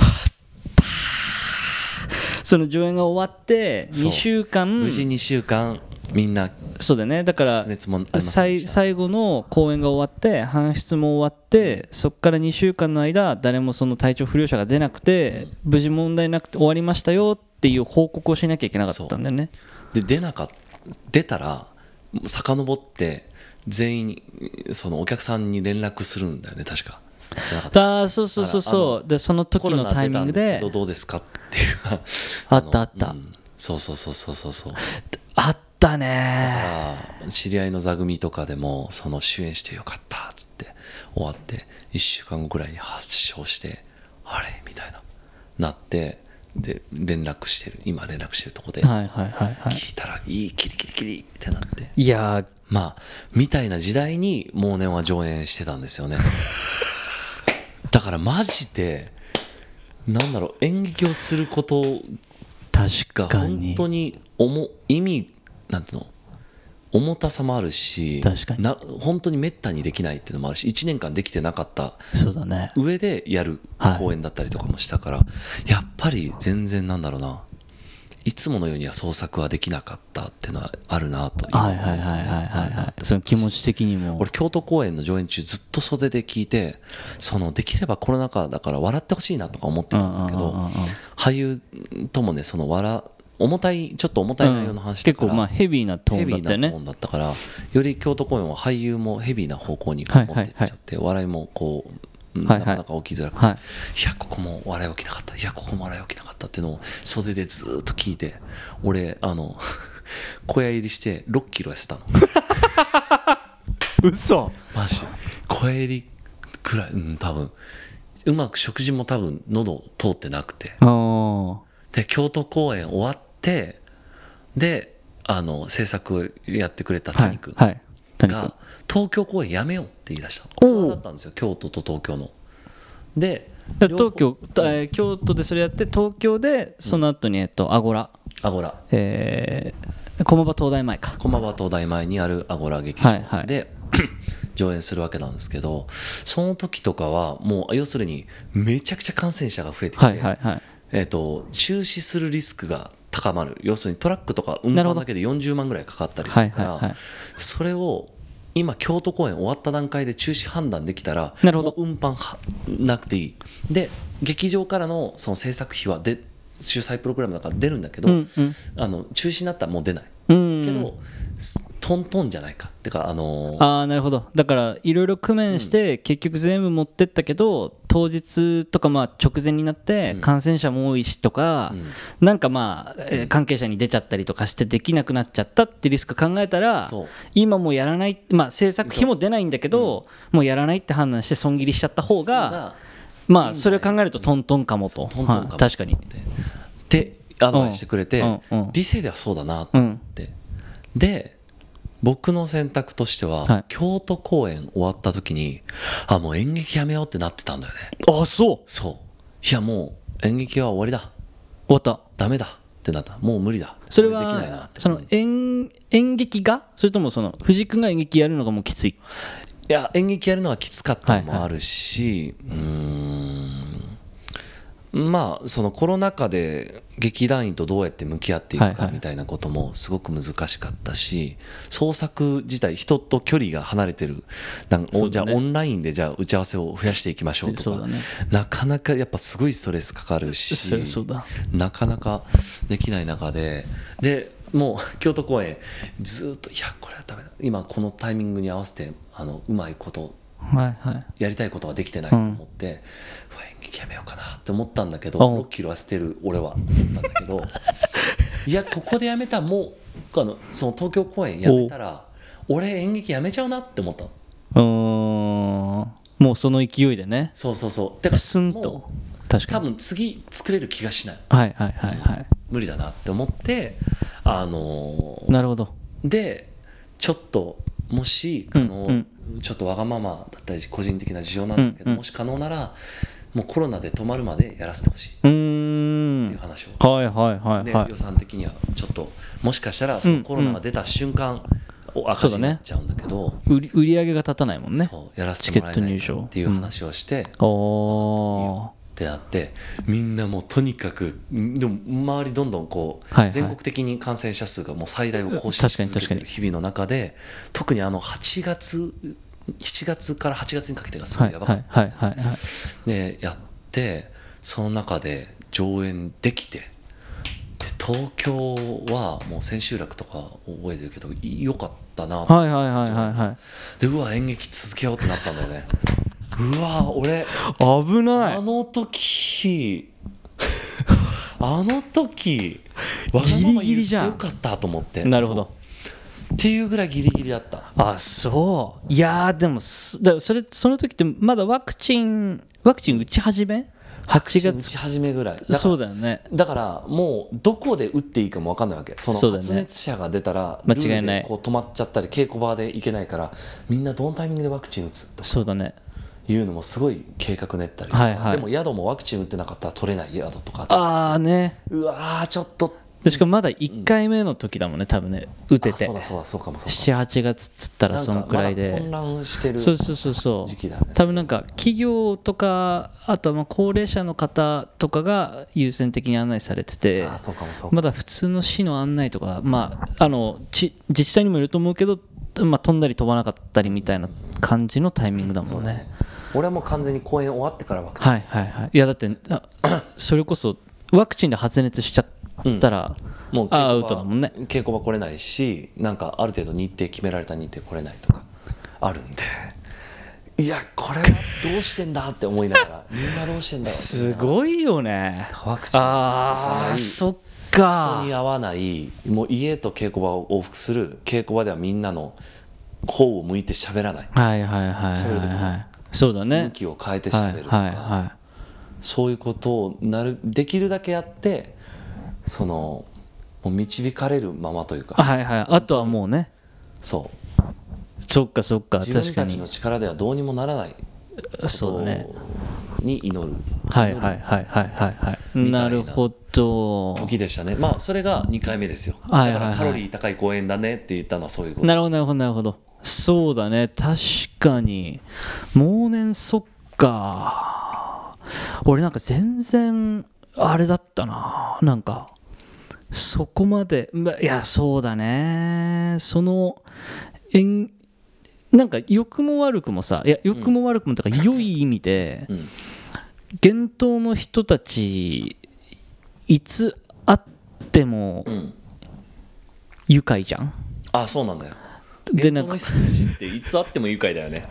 その上演が終わってにしゅうかん無事にしゅうかんみんなそうだね、だから最後の公演が終わって搬出も終わって、そこからにしゅうかんの間誰もその体調不良者が出なくて無事問題なくて終わりましたよっていう報告をしなきゃいけなかったんだよね。 で出なか出たら遡って全員そのお客さんに連絡するんだよね、確か。じゃなかった。 あ、そうそうそうそう。でその時のタイミングでコロナ出たんですけどどうですかっていうあったあった、 うん、そうそうそうそうそうそうあったね。 だから知り合いの座組とかでもその主演してよかったっつって終わっていっしゅうかんごくらいに発症してあれみたいななってで連絡してる今連絡してるとこで、 はいはいはいはい、 聞いたらいいキリキリキリってなって、 いやまあみたいな時代にモーネンは上演してたんですよねだからマジでなんだろう、演劇をすることが本当に重意味なんていうの重たさもあるし、 確かにな本当にめったにできないっていうのもあるし、いちねんかんできてなかったそうだね上でやる公演だったりとかもしたから、はい、やっぱり全然なんだろうな、 いつものようには創作はできなかったっていうのはあるなとはいはいはいはいはいはいその気持ち的にも俺京都公演の上演中ずっと袖で聞いてそのできればコロナ禍だから笑ってほしいなとか思ってたんだけど俳優ともねその笑重たいちょっと重たい内容の話だから、 うん、結構まあヘビーなトーンだったよね。 ヘビーなトーンだったからより京都公演は俳優もヘビーな方向に持っていっちゃって、はいはいはい、笑いもこうなかなか起きづらくて、はい、いやここも笑い起きなかったいやここも笑い起きなかったっていうのを袖でずっと聞いて俺あの小屋入りしてろっキロ痩せたの嘘マジ小屋入りくらいうん多分うまく食事も多分喉通ってなくてで京都公演終わってであの制作をやってくれた谷君が、はいはい、東京公演やめようって言い出したのそうだったんですよ京都と東京ので東京、えー、京都でそれやって東京でその後にえっとアゴラアゴラえー、駒場東大前か駒場東大前にあるアゴラ劇場で、はいはい上演するわけなんですけどその時とかはもう要するにめちゃくちゃ感染者が増えてきて、はいはいはいえー、と中止するリスクが高まる要するにトラックとか運搬だけでよんじゅうまんぐらいかかったりするから、はいはいはい、それを今京都公演終わった段階で中止判断できたらなるほど運搬なくていいで劇場からのその制作費はで主催プログラムだから出るんだけど、うんうん、あの中止になったらもう出ない、うんうん、けどトントンじゃないかってかあのー、 あーなるほどだからいろいろ工面して結局全部持ってったけど、うん、当日とかまあ直前になって感染者も多いしとか、うん、なんかまあ、えー、関係者に出ちゃったりとかしてできなくなっちゃったってリスク考えたら今もうやらないまあ制作費も出ないんだけど、うん、もうやらないって判断して損切りしちゃった方がまあそれを考えるとトントンかもと、 トントンかも、 はい、確かにってアドバイスしてくれて、うんうん、理性ではそうだなと思って、うん、で僕の選択としては、はい、京都公演終わった時にあもう演劇やめようってなってたんだよね。 あそうそういやもう演劇は終わりだ終わったダメだってなったもう無理だそれはできないなその 演, 演劇がそれともその藤井君が演劇やるのがもうきついいや演劇やるのはきつかったのもあるし、はいはい、うーんまあそのコロナ禍で劇団員とどうやって向き合っていくかみたいなこともすごく難しかったし創作自体人と距離が離れてるなんか、ね、じゃあオンラインでじゃあ打ち合わせを増やしていきましょうとか、ね、なかなかやっぱすごいストレスかかるしそうだなかなかできない中ででもう京都公演ずっといやこれはダメだ今このタイミングに合わせてあのうまいことやりたいことができてないと思って、はいはいやめようかなって思ったんだけどろっキロは捨てる俺は思ったんだけどいやここでやめたらもうあのその東京公演やめたら俺演劇やめちゃうなって思ったのうんもうその勢いでねそうそうそうだからスンと確かに多分次作れる気がしないはいはいはいはい無理だなって思ってあのー、 なるほどでちょっともし可能、うんうん、ちょっとわがままだったり個人的な事情なんだけど、うんうん、もし可能ならもうコロナで止まるまでやらせてほしいっていう話をはいはいはい、はい、 で予算的にはちょっともしかしたらそのコロナが出た瞬間赤字になっちゃうんだけど、 うんうん、売り、売り上げが立たないもんねそうやらせてもらえないっていう話をして、うん、 おってなってみんなもうとにかくでも周りどんどんこう、はいはい、全国的に感染者数がもう最大を更新し続けてる日々の中で特にあのはちがつしちがつからはちがつにかけてがすごいやばかった、はいはいはいはい、でやってその中で上演できてで東京はもう千秋楽とか覚えてるけどよかったなはいはいはいはいはいでうわ演劇続けようってなったんだよねうわ俺危ないあの時あの時ギリギリじゃんよかったと思ってなるほどっていうぐらいギリギリだった。 あそういやでもだそれその時ってまだワクチンワクチン打ち始めはちがつ打ち始めぐらいだそうだよねだからもうどこで打っていいかも分かんないわけその発熱者が出たら間違いないこう止まっちゃったり稽古場で行けないからみんなどのタイミングでワクチン打つとかそうだねいうのもすごい計画練ったり、 はいはい、 でも宿もワクチン打ってなかったら取れない宿とかああねうわーちょっとでしかもまだいっかいめの時だもんね多分ね打ててあそうだそうだそうかもそうかもななはちがつっつったらそのくらいでなんかまだ混乱してるそうそうそうそう時期だね多分なんか企業とかあとはまあ高齢者の方とかが優先的に案内されててあそうかもそうかまだ普通の市の案内とかまああのち自治体にもいると思うけどまあ飛んだり飛ばなかったりみたいな感じのタイミングだもんね。 俺はもう完全に公演終わってからワクチン、 はいはいはいいやだってあそれこそワクチンで発熱しちゃったら、 うん、もうアウトだもんね。 稽古場来れないしなんかある程度日程決められた日程来れないとかあるんでいやこれはどうしてんだって思いながらみんなどうしてんだろうすごいよねワクチンああそっ人かに会わないもう家と稽古場を往復する稽古場ではみんなの方を向いて喋らないはいはいはいはい喋る時もはいそうだね向きを変えて喋るとか、 はいはいはいそういうことをなるできるだけやってそのもう導かれるままというかはいはいあとはもうねそうそっかそっか自確かに分たちの力ではどうにもならないそうだねに祈るはいはいはいはいはいはいみたいななるほど時でしたね。まあそれがにかいめですよ。 はいはいはいだからカロリー高い公演だねって言ったのはそういうこと。 なるほどなるほどなるほどそうだね確かにもう年そっか俺なんか全然あれだったななんかそこまでまいやそうだねそのえんなんか良くも悪くもさいや良くも悪くもとか良い意味で、 うん厳冬の人たちいつ会ってもうん、 愉快じゃんあそうなんだよ。 でなんか現当の人たちっていつ会っても愉快だよね。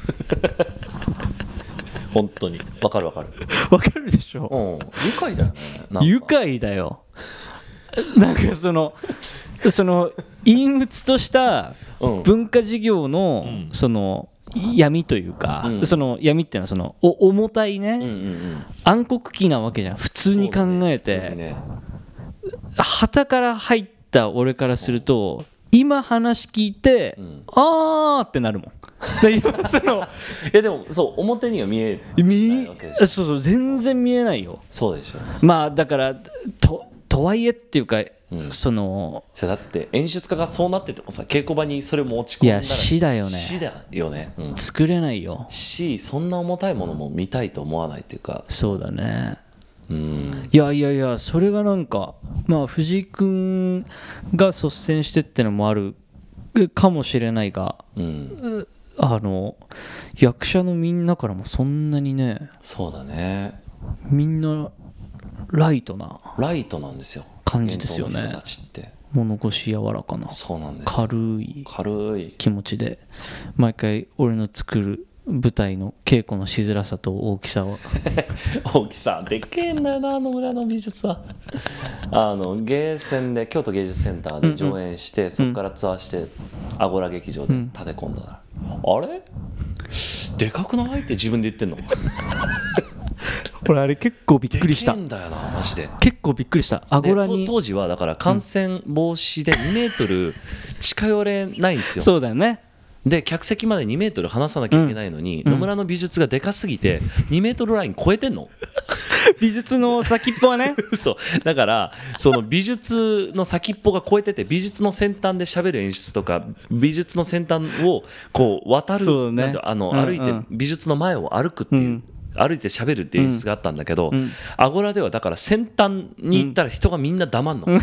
本当にわかるわかる。 わかるでしょうん愉快だよね。なんか愉快だよなんかそのその陰鬱としたうん文化事業のうんその闇というか、 うんその闇っていうのはそのお重たいね、 うんうんうん。 暗黒期なわけじゃん普通に考えて、 そうだね普通にね旗から入った俺からすると今話聞いて、 うんあーってなるもんで今そのいやでもそう表には見え見ないわけでしょ。 そうそう全然見えないよそうでしょ。 まあだからととはいえっていうか、 うんそのじゃだって演出家がそうなっててもさ稽古場にそれ持ち込んだらいや死だよね死だよね。うん作れないよしそんな重たいものも見たいと思わないっていうかそうだねうんいやいやいやそれがなんかまあ藤井君が率先してってのもあるかもしれないがうんあの役者のみんなからもそんなにねそうだねみんなライトなライトなんですよ感じですよね現当の人たちって物腰柔らかなそうなんですよ軽い軽い気持ちで毎回俺の作る舞台の稽古のしづらさと大きさを大きさでっけえんだよな野村の美術はあのゲーセンで京都芸術センターで上演して、うんうん、そこからツアーしてアゴラ劇場で立て込んだら、うん、あれでかくないって自分で言ってんの俺あれ結構びっくりしたでけえんだよなマジで結構びっくりしたアゴラに当時はだから感染防止でにメートル近寄れないんですよそうだよねで客席までにメートル離さなきゃいけないのに、うん、野村の美術がでかすぎてにメートルライン超えてんの美術の先っぽはねそうだからその美術の先っぽが超えてて美術の先端で喋る演出とか美術の先端をこう渡るそう、ね、 なんてあの、 うんうん、 歩いて美術の前を歩くっていう、うん歩いて喋るっていう演出があったんだけど、うん、アゴラではだから先端に行ったら人がみんな黙んの、うん、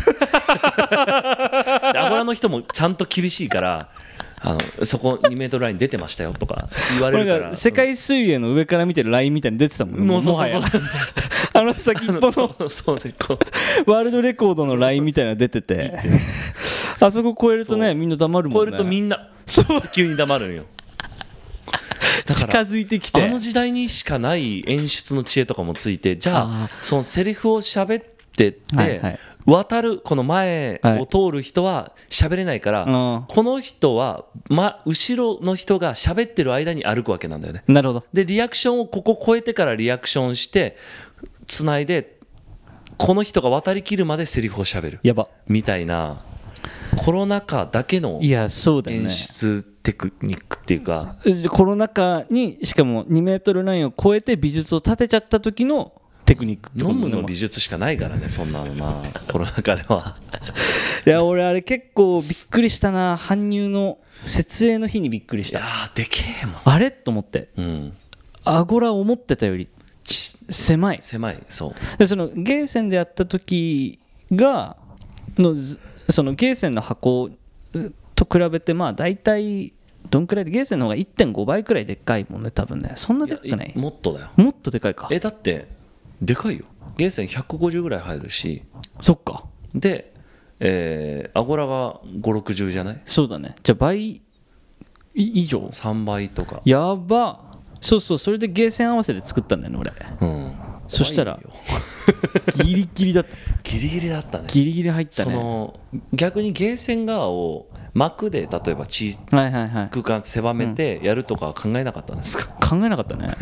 アゴラの人もちゃんと厳しいからあのそこにメートルライン出てましたよとか言われるから、 世界水泳の上から見てるラインみたいに出てたもんねもうそうそうそうあの先っぽのそうそう、ね、こうワールドレコードのラインみたいなの出ててあそこ超えるとねみんな黙るもんね超えるとみんな急に黙るんよだから近づいてきてあの時代にしかない演出の知恵とかもついてじゃあそのセリフを喋ってって、はいはい、渡るこの前を通る人は喋れないから、はい、この人は、ま、後ろの人が喋ってる間に歩くわけなんだよね。 なるほど。 でリアクションをここ超えてからリアクションしてつないでこの人が渡りきるまでセリフを喋るやばみたいなコロナ禍だけの演出テクニックっていうか、 コロナ禍にしかもにメートルラインを超えて美術を立てちゃった時のテクニックってことね飲むの美術しかないからねそんなのなコロナ禍では。 いや俺あれ結構びっくりしたな。搬入の設営の日にびっくりしいやた。 ーでけえもん。 あれと思って、 うん、 アゴラ思ってたよりち狭い。 狭い。そうでそのゲーセンでやった時がのずそのゲーセンの箱と比べてまあ大体どんくらいで、ゲーセンの方が いってんご 倍くらいでっかいもんね多分ね。そんなでっかくない？ もっとだよ。 もっとでかいか。 えだってでかいよ。ゲーセンひゃくごじゅうぐらい入るし。 そっか。 で、えー、アゴラがご、ろくじゅうじゃない？ そうだね。じゃあ倍以上さんばいとか。 やば。そうそう、それでゲーセン合わせで作ったんだよね俺。 うん。 そしたらギリギリだった。 ギリギリだったね。 ギリギリ入ったね。 その逆にゲーセン側を幕で例えば小はいはいはい、 空間狭めてやるとかは考えなかったんですか？ 考えなかったね。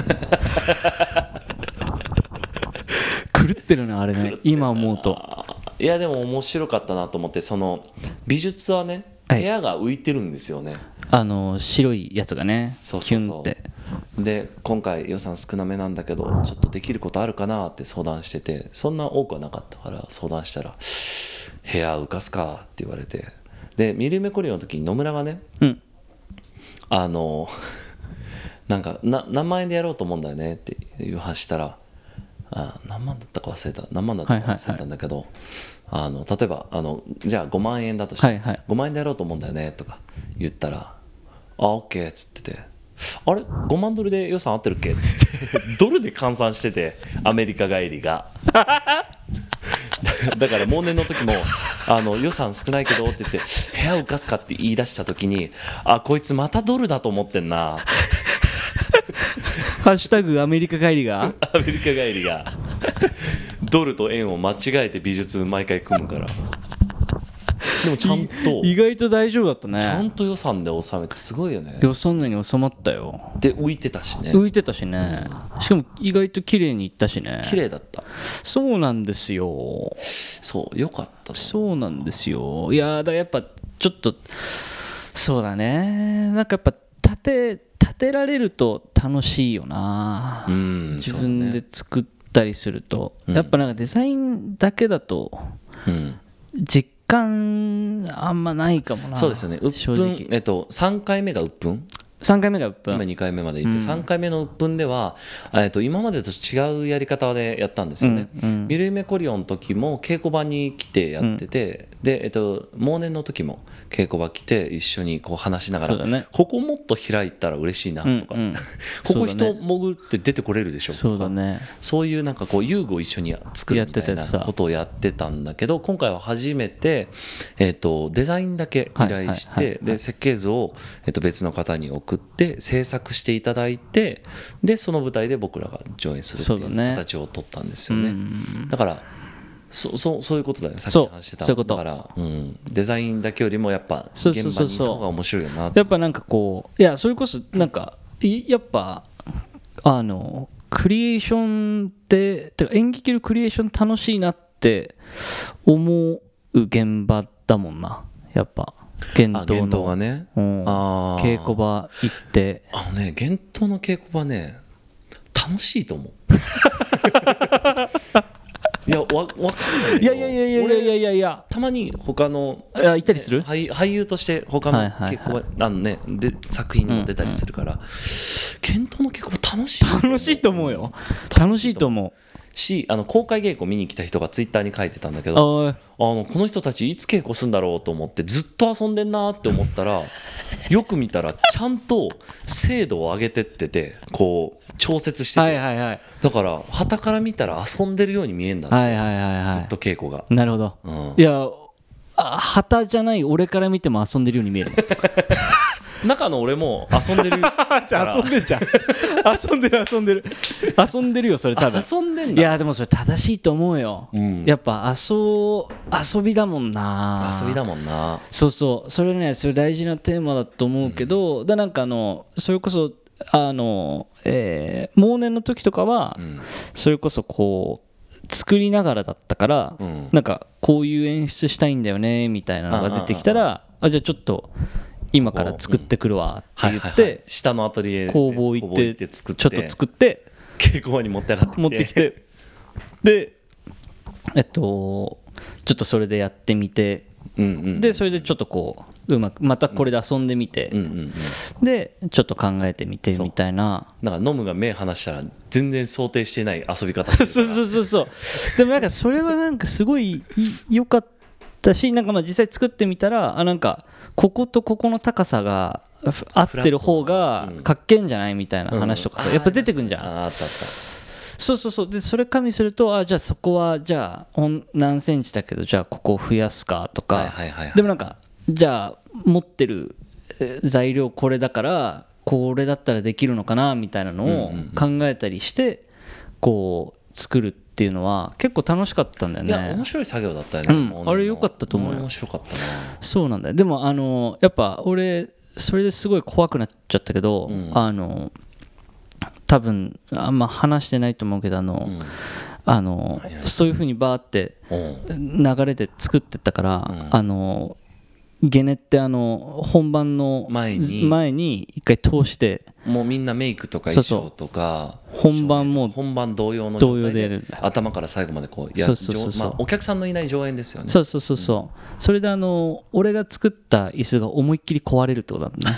狂ってるねあれね今思うと。 いやでも面白かったなと思って、その美術はね、 はい、 部屋が浮いてるんですよね。 あの白いやつがね。 そうそうそう。 キュンってで今回予算少なめなんだけどちょっとできることあるかなって相談してて、そんな多くはなかったから相談したら部屋浮かすかって言われて、でミルメコリオの時に野村がね、 うん、 あのなんかな何万円でやろうと思うんだよねっていう話したら、あ何万だったか忘れた何万だったか忘れたんだけど、あの例えばあのじゃあごまん円だとして、 はいはい、 ごまん円でやろうと思うんだよねとか言ったら、あオッケーっつってて、あれごまんドルで予算合ってるっけって言ってドルで換算してて、アメリカ帰りがだから忘年の時もあの予算少ないけどって言って部屋浮かすかって言い出した時に、あこいつまたドルだと思ってんなハッシュタグアメリカ帰りがアメリカ帰りがドルと円を間違えて美術毎回組むから。でもちゃんと意外と大丈夫だったね。 ちゃんと予算で収めてすごいよね。 予算内に収まったよ。 で浮いてたしね。 浮いてたしね。しかも意外と綺麗にいったしね。 綺麗だった。 そうなんですよ。 そうよかった。 そうなんですよ。いやだからやっぱちょっとそうだね。なんかやっぱ立て立てられると楽しいよな。うん、自分で作ったりすると、ね、やっぱなんかデザインだけだと、うん、実感あんまないかもな。 そうですよね。うっぷん、えっと、さんかいめがうっぷんさんかいめがうっぷん今にかいめまで行って、うん、さんかいめのうっぷんでは、えっと、今までと違うやり方でやったんですよね。うんうん、ミルイメコリオンの時も稽古場に来てやってて、うん、で、えっと、忘年の時も稽古場来て一緒にこう話しながら、ね、ここもっと開いたら嬉しいなとか、うんうん、ここ人潜って出てこれるでしょとか、 そうだね、 そういうなんかこう遊具を一緒に作るみたいなことをやってたんだけど、今回は初めて、えっと、デザインだけ依頼して、はいはいはいはい、で設計図を、えっと、別の方に送って制作していただいて、でその舞台で僕らが上演するっていう形を取ったんですよね。だからそそそういうことだよね。さっき話してた。 そういうことだから、うん、デザインだけよりもやっぱ現場にいた方が面白いよな。 やっぱなんかこう、いやそれこそなんかやっぱあのクリエーションっててか演劇のクリエーション楽しいなって思う現場だもんな。やっぱ幻冬のがね、 うん、稽古場行ってあのね、幻冬の稽古場ね楽しいと思う。いや、わ、わかんない。 いやいやいやいやいやいやいやいや、 たまに他のいや行ったりする俳俳優として他の稽古場、あのね、で作品にも出たりするから、幻冬の稽古場楽しい。 楽しいと思うよ。楽しいと思う。 し、あの公開稽古見に来た人がツイッターに書いてたんだけど、あのこの人たちいつ稽古するんだろうと思ってずっと遊んでんなって思ったら、よく見たらちゃんと精度を上げてってて、こう調節してて、はいはいはい、だから傍から見たら遊んでるように見えるんだって、はいはいはいはい、ずっと稽古が。 なるほど、うん、いや旗じゃない俺から見ても遊んでるように見える。 中の俺も遊んでるじゃあ遊んでんじゃん。遊んでる遊んでる遊んでるよそれ多分。 遊んでんだ。 いやでもそれ正しいと思うよ、うん、やっぱ遊遊びだもんな。 遊びだもんな。 そうそうそれね、それ大事なテーマだと思うけど、うん、だなんかあのそれこそあの、えー、忘年の時とかは、うん、それこそこう作りながらだったから、うん、なんかこういう演出したいんだよねみたいなのが出てきたら、あじゃあちょっと今から作ってくるわって言って下のアトリエ工房行ってちょっと作って稽古場に持って上がってきて持ってきてでえっとちょっとそれでやってみて、 うんうん、 でそれでちょっとこううまくまたこれで遊んでみて、うんうんうんうん、でちょっと考えてみてみたいな。 だからノムが目離したら全然想定してない遊び方そうそうそうそう。でもなんかそれはなんかすごい良かったし、なんかまあ実際作ってみたら、あなんかこことここの高さが合ってる方がかっけえんじゃないみたいな話とかさ、やっぱ出てくんじゃん。ああったあった。そうそうそう。でそれ加味すると、あじゃあそこはじゃあ何センチだけどじゃあここを増やすかとか、はいはいはいはい、でもなんかじゃあ持ってる材料これだからこれだったらできるのかなみたいなのを考えたりしてこう作るっていうのは結構楽しかったんだよね。 いや面白い作業だったよね、 うん、あれ良かったと思うよ。 面白かったな。 そうなんだよ。でもあのやっぱ俺それですごい怖くなっちゃったけど、うん、あの多分あんま話してないと思うけどあの、うん、あのそういう風にバーって流れで作ってったから、うん、あのゲネってあの本番の前に前に一回通してもうみんなメイクとか衣装とか本番も本番同様の状態で頭から最後までこうやる、まあお客さんのいない上演ですよね。 そうそうそうそう、うん、それであの俺が作った椅子が思いっきり壊れるってことだったね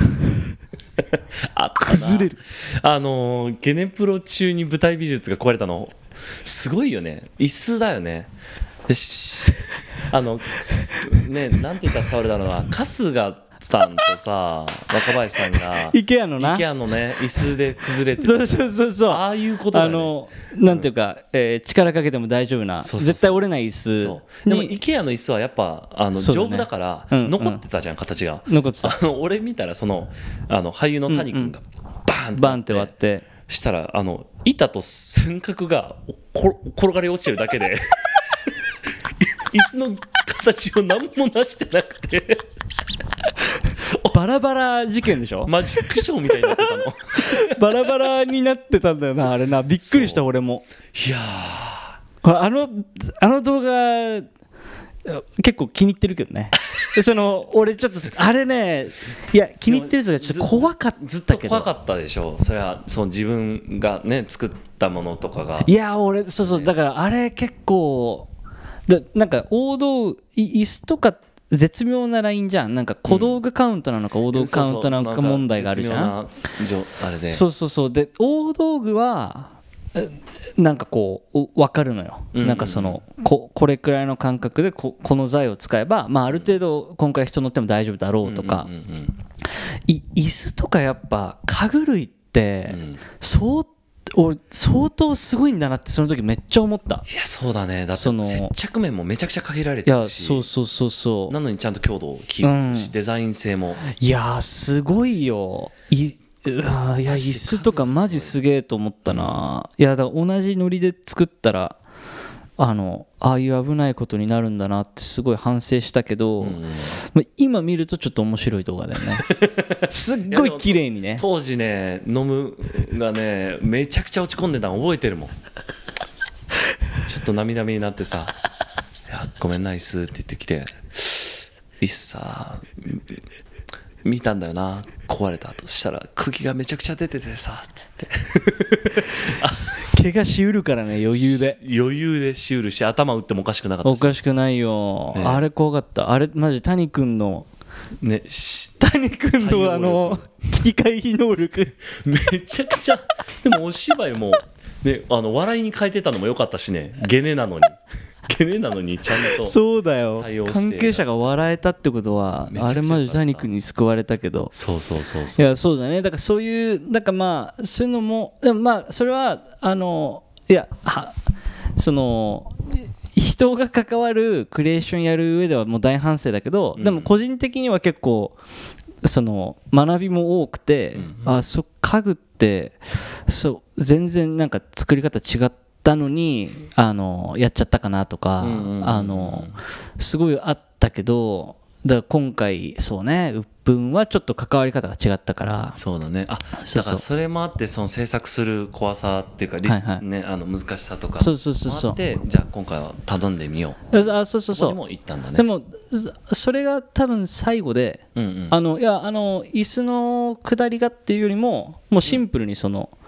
あったな。崩れる。あのゲネプロ中に舞台美術が壊れたのすごいよね。椅子だよね。であのね、なんて言ったら伝わるだろうな、春日さんとさ若林さんが IKEA のな IKEA のね椅子で崩れてそうそうそうそう、 ああいうことだよね。 あのなんていうか、えー、力かけても大丈夫な、そうそうそう、絶対折れない椅子。 そうでも IKEA の椅子はやっぱあの、ね、丈夫だから残ってたじゃん、うん、形が残ってた。 あの俺見たらそのあの俳優の谷君がバーンって、 バンって割ってしたらあの板と寸角がこ転がり落ちてるだけで椅子の形を何もなしてなくてバラバラ事件でしょ。 マジックショーみたいになってたのバラバラになってたんだよなあれな。びっくりした俺も。 いやあのあの動画結構気に入ってるけどねその俺ちょっとあれね、いや気に入ってる人がちょっと怖かったけど、 ずっと怖かったでしょそれは。その自分がね作ったものとかが、 いや俺そうそう、だからあれ結構でなんか王道椅子とか絶妙なラインじゃん。なんか小道具カウントなのか大道具カウントなのか問題があるじゃん。そうそうそう。で大道具はなんかこう分かるのよ、うんうんうん、なんかその こ, これくらいの感覚で こ, この材を使えば、まあ、ある程度今回人乗っても大丈夫だろうとか、うんうんうんうん、い椅子とかやっぱ家具類って、うん、相俺相当すごいんだなってその時めっちゃ思った。 いやそうだね。だって接着面もめちゃくちゃ限られてるし、 いやそうそうそうそう、 なのにちゃんと強度をキープするし、うん、デザイン性もいやすごいよ。いいや椅子とかマジすげえと思ったな。いやだから同じノリで作ったらあのああいう危ないことになるんだなってすごい反省したけど、うんうん、今見るとちょっと面白い動画だよねすっごい綺麗にね。 当時ねノムがねめちゃくちゃ落ち込んでたの覚えてるもんちょっと涙目になってさいやごめんな椅子って言ってきて椅子さ見たんだよな壊れたとしたら空気がめちゃくちゃ出ててさつって怪我しうるからね余裕で余裕でしうるし頭打ってもおかしくなかったし。 おかしくないよ、ね、あれ怖かった。あれマジ谷君のね谷君のあの危機回避能力めちゃくちゃでもお芝居も、ね、あの笑いに変えてたのも良かったしね。ゲネなのにゲネなのにちゃんとそうだよ関係者が笑えたってことはあれマジ谷君に救われたけど。 そうそうそうそう。 いやそうだね。だからそういうなんかまあそういうのもでもまあそれはあのいやはその人が関わるクリエーションやる上ではもう大反省だけど、うん、でも個人的には結構その学びも多くて、うんうん、あそ家具ってそう全然なんか作り方違ったのにあのやっちゃったかなとか、うんうんうんうん、あのすごいあったけどだから今回そうね鬱憤はちょっと関わり方が違ったから。 そうだね。あだからそれもあってその制作する怖さっていうかリス、はいはいね、あの難しさとかもあってじゃあ今回は頼んでみようあそうそうそうここにも行ったんだね。 でもそれが多分最後で、うんうん、あのいやあの椅子の下りがっていうよりももうシンプルにその、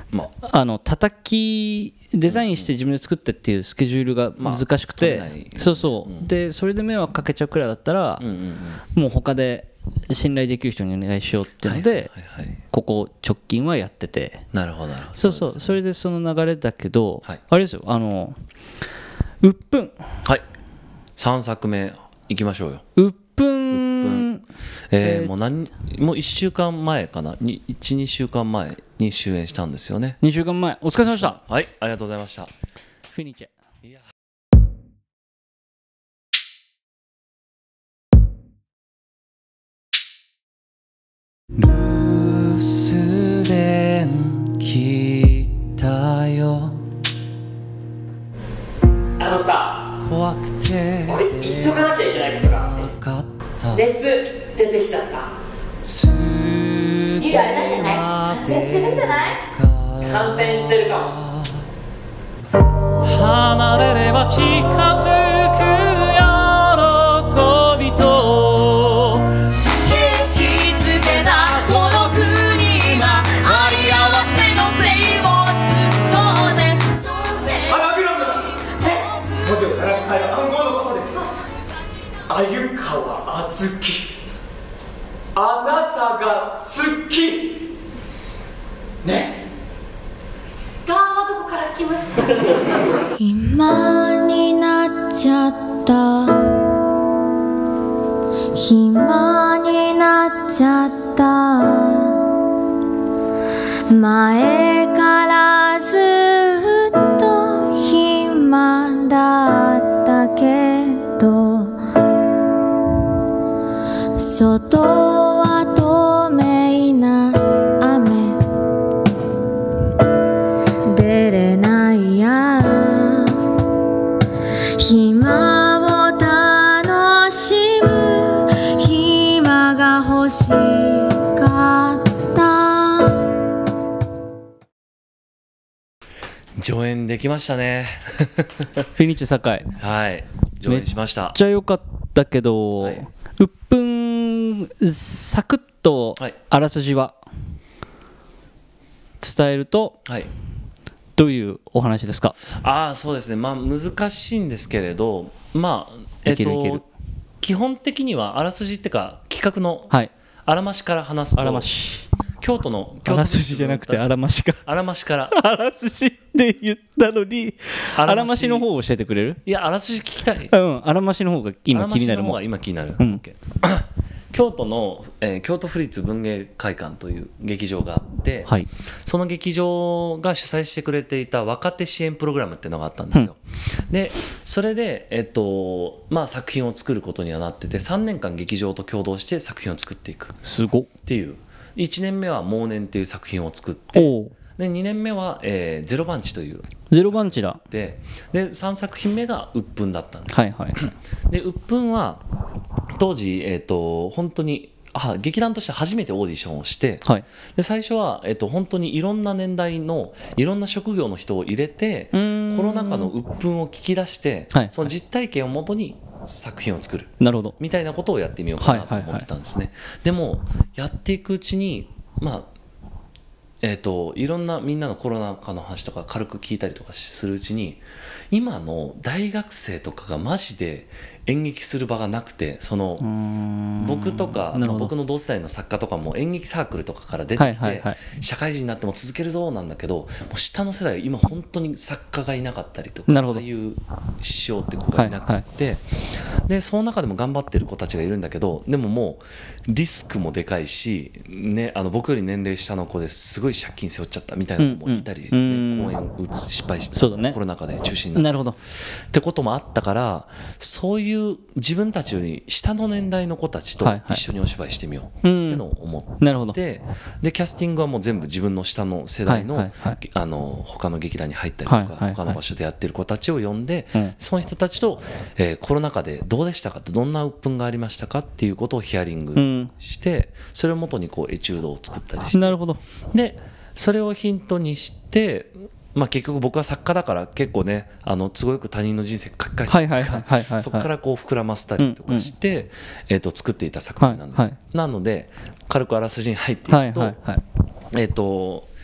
まああの叩きデザインして自分で作ってっていうスケジュールが難しくて、 まあ取れないそうそう、 うんでそれで迷惑かけちゃうくらいだったら、 うんうんうんもう他で信頼できる人にお願いしようっていうので、 はいはいはい、 ここ直近はやってて、 なるほどなるほど、 そうそう、 ですねそれでその流れだけど、 はいあれですよ、あのうっぷんはいさんさくめいきましょうよ。 うっぷんえーえーもう何もういっしゅうかんまえかないちにしゅうかんまえに終演したんですよね。 にしゅうかんまえお疲れ様でした。 はいありがとうございました。 フィニッチェ。 いや留守電来たよ。 あのさ、 怖くて俺言っとかなきゃいけないことがあって、 かった熱出てきちゃった。 いいあれなんじゃない？感染してるんじゃない？ 感染してるかも。 離れれば近づく喜びと勇気づけたこの国今あり合わせの全を尽くそうぜ。 アナグラムだ。文字を並び替える暗号のことです。鮎川あずき、あなたが好きね。 がはどこから来ました？ 暇になっちゃった暇になっちゃった前からずっと暇だったけど外は透明な雨出れないや暇を楽しむ暇が欲しかった上演できましたねフィニッチェ堺めっはい上演しました。 ちゃ良かったけど、 はいうっぷんサクッとはいあらすじは伝えるとはいどういうお話ですか？ ああそうですねまあ難しいんですけれどまあえっいけるいけると基本的にはあらすじっていうか企画のはいあらましから話すとあらまし京都の京都あらすじじゃなくてあらましかあらましからあらすじって言ったのにあらましあらましの方を教えてくれる？ いやあらすじ聞きたいうんあらましの方が今気になるもん。 あらましの方が今気になる、 うん OK 京都の、えー京都府立文芸会館という劇場があって、 はいその劇場が主催してくれていた若手支援プログラムっていうのがあったんですよ、でそれで、えっとまあ、作品を作ることにはなっててさんねんかん劇場と共同して作品を作っていくっすごっていういちねんめは「忘年」っていう作品を作っておおでにねんめは、えーゼロ番地というゼロ番地だででさんさく品目が「うっぷん」だったんですよ、 はいはいでうっぷんは当時、えー、と本当にあ劇団として初めてオーディションをして、 はいで最初は、えー、と本当にいろんな年代のいろんな職業の人を入れてコーんロナ禍のうっぷんを聞き出して、 はいその実体験をもとに作品を作るなるほどみたいなことをやってみようかなと思ってたんですね、でもやっていくうちにまあえー、といろんなみんなのコロナ禍の話とか軽く聞いたりとかするうちに今の大学生とかがマジで演劇する場がなくてその僕とか、まあ、僕の同世代の作家とかも演劇サークルとかから出てきて、 はいはいはい社会人になっても続けるぞなんだけどもう下の世代は今本当に作家がいなかったりとかなるほどああいう師匠って子がいなくって、でその中でも頑張ってる子たちがいるんだけどでももうリスクもでかいし、ね、あの僕より年齢下の子ですごい借金背負っちゃったみたいな子もいたり、ねうんうん公演打つ失敗しそうだねコロナ禍で中止になったなるほどってこともあったからそういう自分たちより下の年代の子たちとはいはい一緒にお芝居してみようってうんいうのを思って、 なるほどででキャスティングはもう全部自分の下の世代の,、 はいはいはいあの他の劇団に入ったりとか、 はいはいはい他の場所でやってる子たちを呼んで、 うんその人たちと、えーコロナ禍でどうでしたかってどんな鬱憤がありましたかっていうことをヒアリンうグんして、それをもとにこうエチュードを作ったりしてなるほどでそれをヒントにして、まあ、結局僕は作家だから結構ねあの都合よく他人の人生書き換えちゃうはいはいはいはいはいそこからこう膨らませたりとかして、えー、と作っていた作品なんです、 はいはいなので軽くあらすじに入っていくと、 はいはいはいえっ、と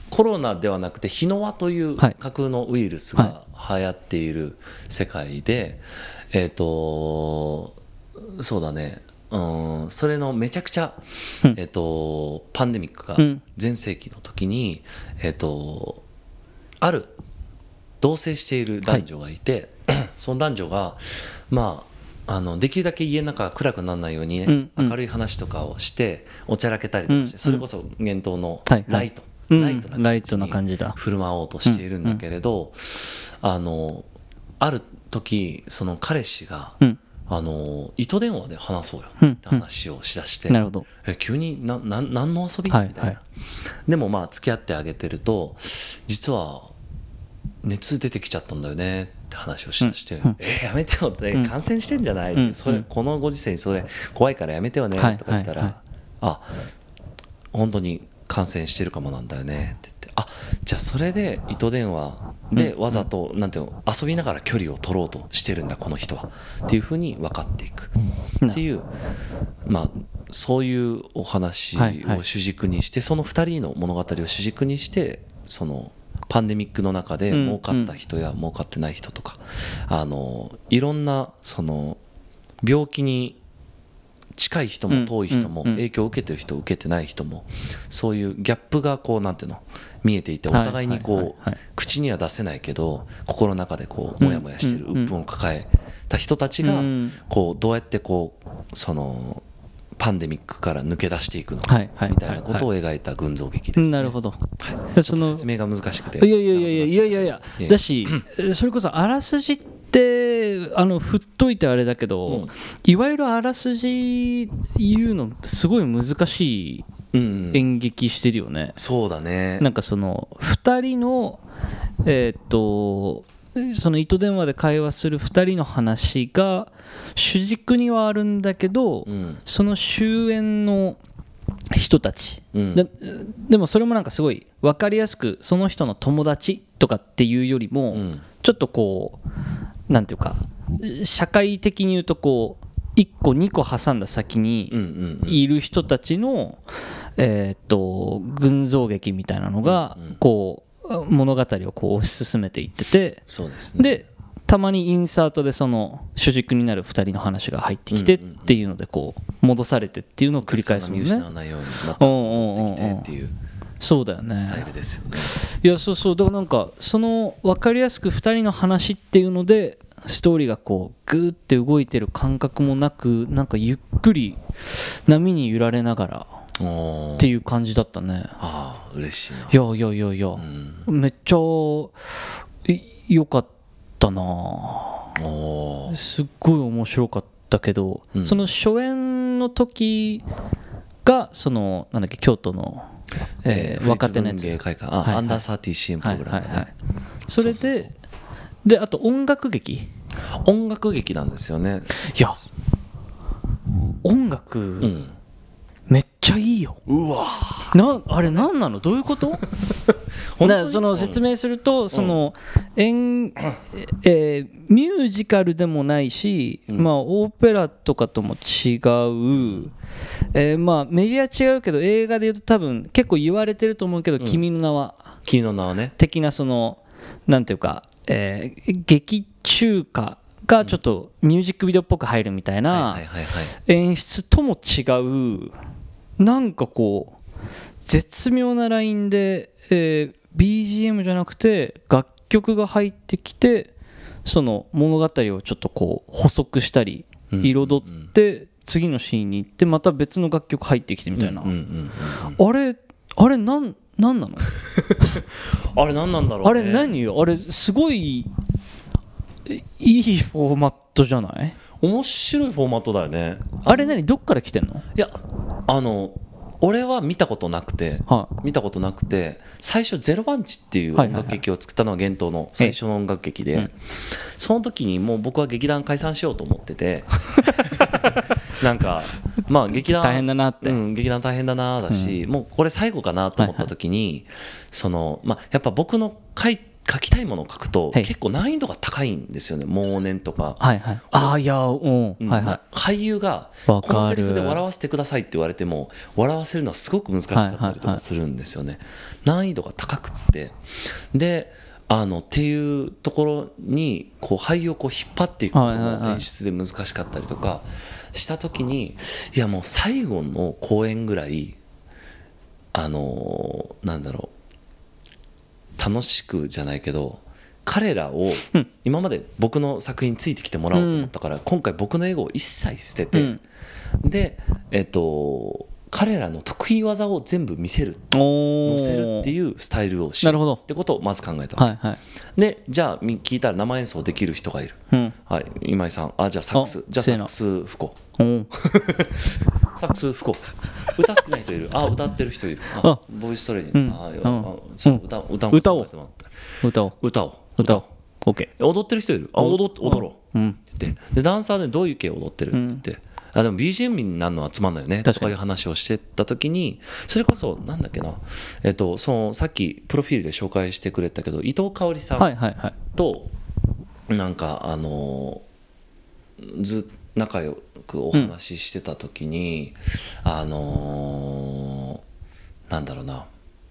コロナではなくてヒノワという架空のウイルスが流行っている世界で、えっとそうだね、うん、それのめちゃくちゃ、 うんえっとパンデミックがうん全盛期の時に、えっとある同棲している男女がいて、その男女がまああのできるだけ家の中が暗くならないようにね、 うんうん明るい話とかをしておちゃらけたりとかして、 うんそれこそ幻冬のはいはいライト、 うんライトなライトな感じに感じだ。 振る舞おうとしているんだけれど、あのある時その彼氏が、 うんあの糸電話で話そうようんって話をしだして、 なるほど。 え急になな何の遊び、 はいみたいな、 はいでもまあ付き合ってあげてると実は熱出てきちゃったんだよねって話をしだして、 うんうんえーやめてよって、 うん感染してんじゃない、 うんそれうんこのご時世にそれ怖いからやめてよねはいとか言ったら、 はいはいあ本当に感染してるかもなんだよねって言って、あじゃあそれで糸電話でわざと、なんていうの遊びながら距離を取ろうとしてるんだこの人はっていうふうに分かっていくっていう、まあそういうお話はいはいを主軸にして、そのふたりの物語を主軸にしてそのパンデミックの中でうん儲かった人や儲かってない人とか、あのいろんなその病気に近い人も遠い人もうんうんうん影響を受けてる人受けてない人もそういうギャップがこうなんていうの見えていて、おはい互いにはいこうはいはい口には出せないけど心の中でこうモヤモヤしてるうんうん鬱憤を抱えた人たちがうんこうどうやってこうそのパンデミックから抜け出していくのかはいはいみたいなことを描いた群像劇ですね。 なるほど。 はいでそのちょっと説明が難しくていやいやいやいやいやいやいやいやだし、それこそあらすじってあの振っといてあれだけど、 うんいわゆるあらすじ言うのすごい難しいうんうん演劇してるよね。 そうだね。 なんかそのふたりのえーっとその糸電話で会話するふたりの話が主軸にはあるんだけど、 うんその終焉の人たち、 うんででもそれもなんかすごい分かりやすくその人の友達とかっていうよりも、 うんちょっとこうなんていうか社会的に言うとこういっこにこ挟んだ先にうんうんうんいる人たちの、えーっと群像劇みたいなのがうんうんこう物語をこう推し進めていってて、 そうですね。 でたまにインサートでその主軸になるふたりの話が入ってきてうんうんうんっていうのでこう戻されてっていうのを繰り返すもん見失わね。 ないようにまた戻ってきてっていうそうだよね。 スタイルですよね。 いやそうそうだからなんかその分かりやすくふたりの話っていうのでストーリーがこうグーって動いてる感覚もなく、なんかゆっくり波に揺られながらおーっていう感じだったね。 ああ嬉しいな。 いやいやいやいや、 うんめっちゃい良かったな。 おーすっごい面白かったけど、 うんその初演の時がそのなんだっけ京都の、えー若手のやつフリッツ文芸会館、あ、 はいはいアンダーサーティー シーエム プログラムね、 はいはいはいそれでそうそうそうであと音楽劇音楽劇なんですよね。 いや音楽、 うん。 めっちゃいいよ。 うわなあれ何なのどういうことだからその説明すると、その演、えーミュージカルでもないし、 うんまあ、オーペラとかとも違う、えーまあメディア違うけど映画で言うと多分結構言われてると思うけど「君の名は」 君の名はね。 的なそのなんていうか、えー劇中歌がちょっとミュージックビデオっぽく入るみたいなはいはいはいはい。 演出とも違うなんかこう絶妙なラインで、えー ビージーエム じゃなくて楽曲が入ってきてその物語をちょっとこう補足したりうん彩って次のシーンに行ってまた別の楽曲入ってきてみたいな、 うんうんうんうんあれあれなんなんなのあれ何なんだろうね。 あれ何よあれすごいいいフォーマットじゃない面白いフォーマットだよね。 あれ何どっから来てんのいやあの俺は見たことなくて、 は見たことなくて最初ゼロワンチっていうはいはいはい音楽劇を作ったのが幻冬の最初の音楽劇で、 うんその時にもう僕は劇団解散しようと思っててなんかまあ劇団大変だなってうん、劇団大変だなだし、もうこれ最後かなと思った時に、そのまあやっぱ僕の書い書きたいものを書くとはい結構難易度が高いんですよね。妄念とか、 はいはいああいやうんうんはいはい俳優がわかるこのセリフで笑わせてくださいって言われても笑わせるのはすごく難しかったりとかするんですよね。難易度が高くってであのっていうところにこう俳優をこう引っ張っていくことも演出で難しかったりとかした時にいやもう最後の公演ぐらいあのなんだろう楽しくじゃないけど彼らを今まで僕の作品についてきてもらおうと思ったから今回僕のエゴを一切捨ててでえっと彼らの得意技を全部見せるお載せるっていうスタイルをしなるほどってことをまず考えた、 はいはいでじゃあみ聞いたら生演奏できる人がいる、 うんはい、今井さんあじゃあサックスあせーのじゃあサックス吹こおうサックス吹こう歌好きな人いるあ歌ってる人いるああボイストレーニング、 うんあいやうんあそう歌歌も歌を考えてもらって歌おう歌を歌おう OK 踊ってる人いるあ踊っ踊ろう、 うんって言ってでダンサーでどういう系踊ってるって言って、あでも ビージーエム になるのはつまんないよねと確かにかいう話をしてた時にそれこそなんだっけな、えっと、そのさっきプロフィールで紹介してくれたけど伊藤香織さはいんはいはいとなんかあのず仲良くお話ししてた時に、あのなんだろうな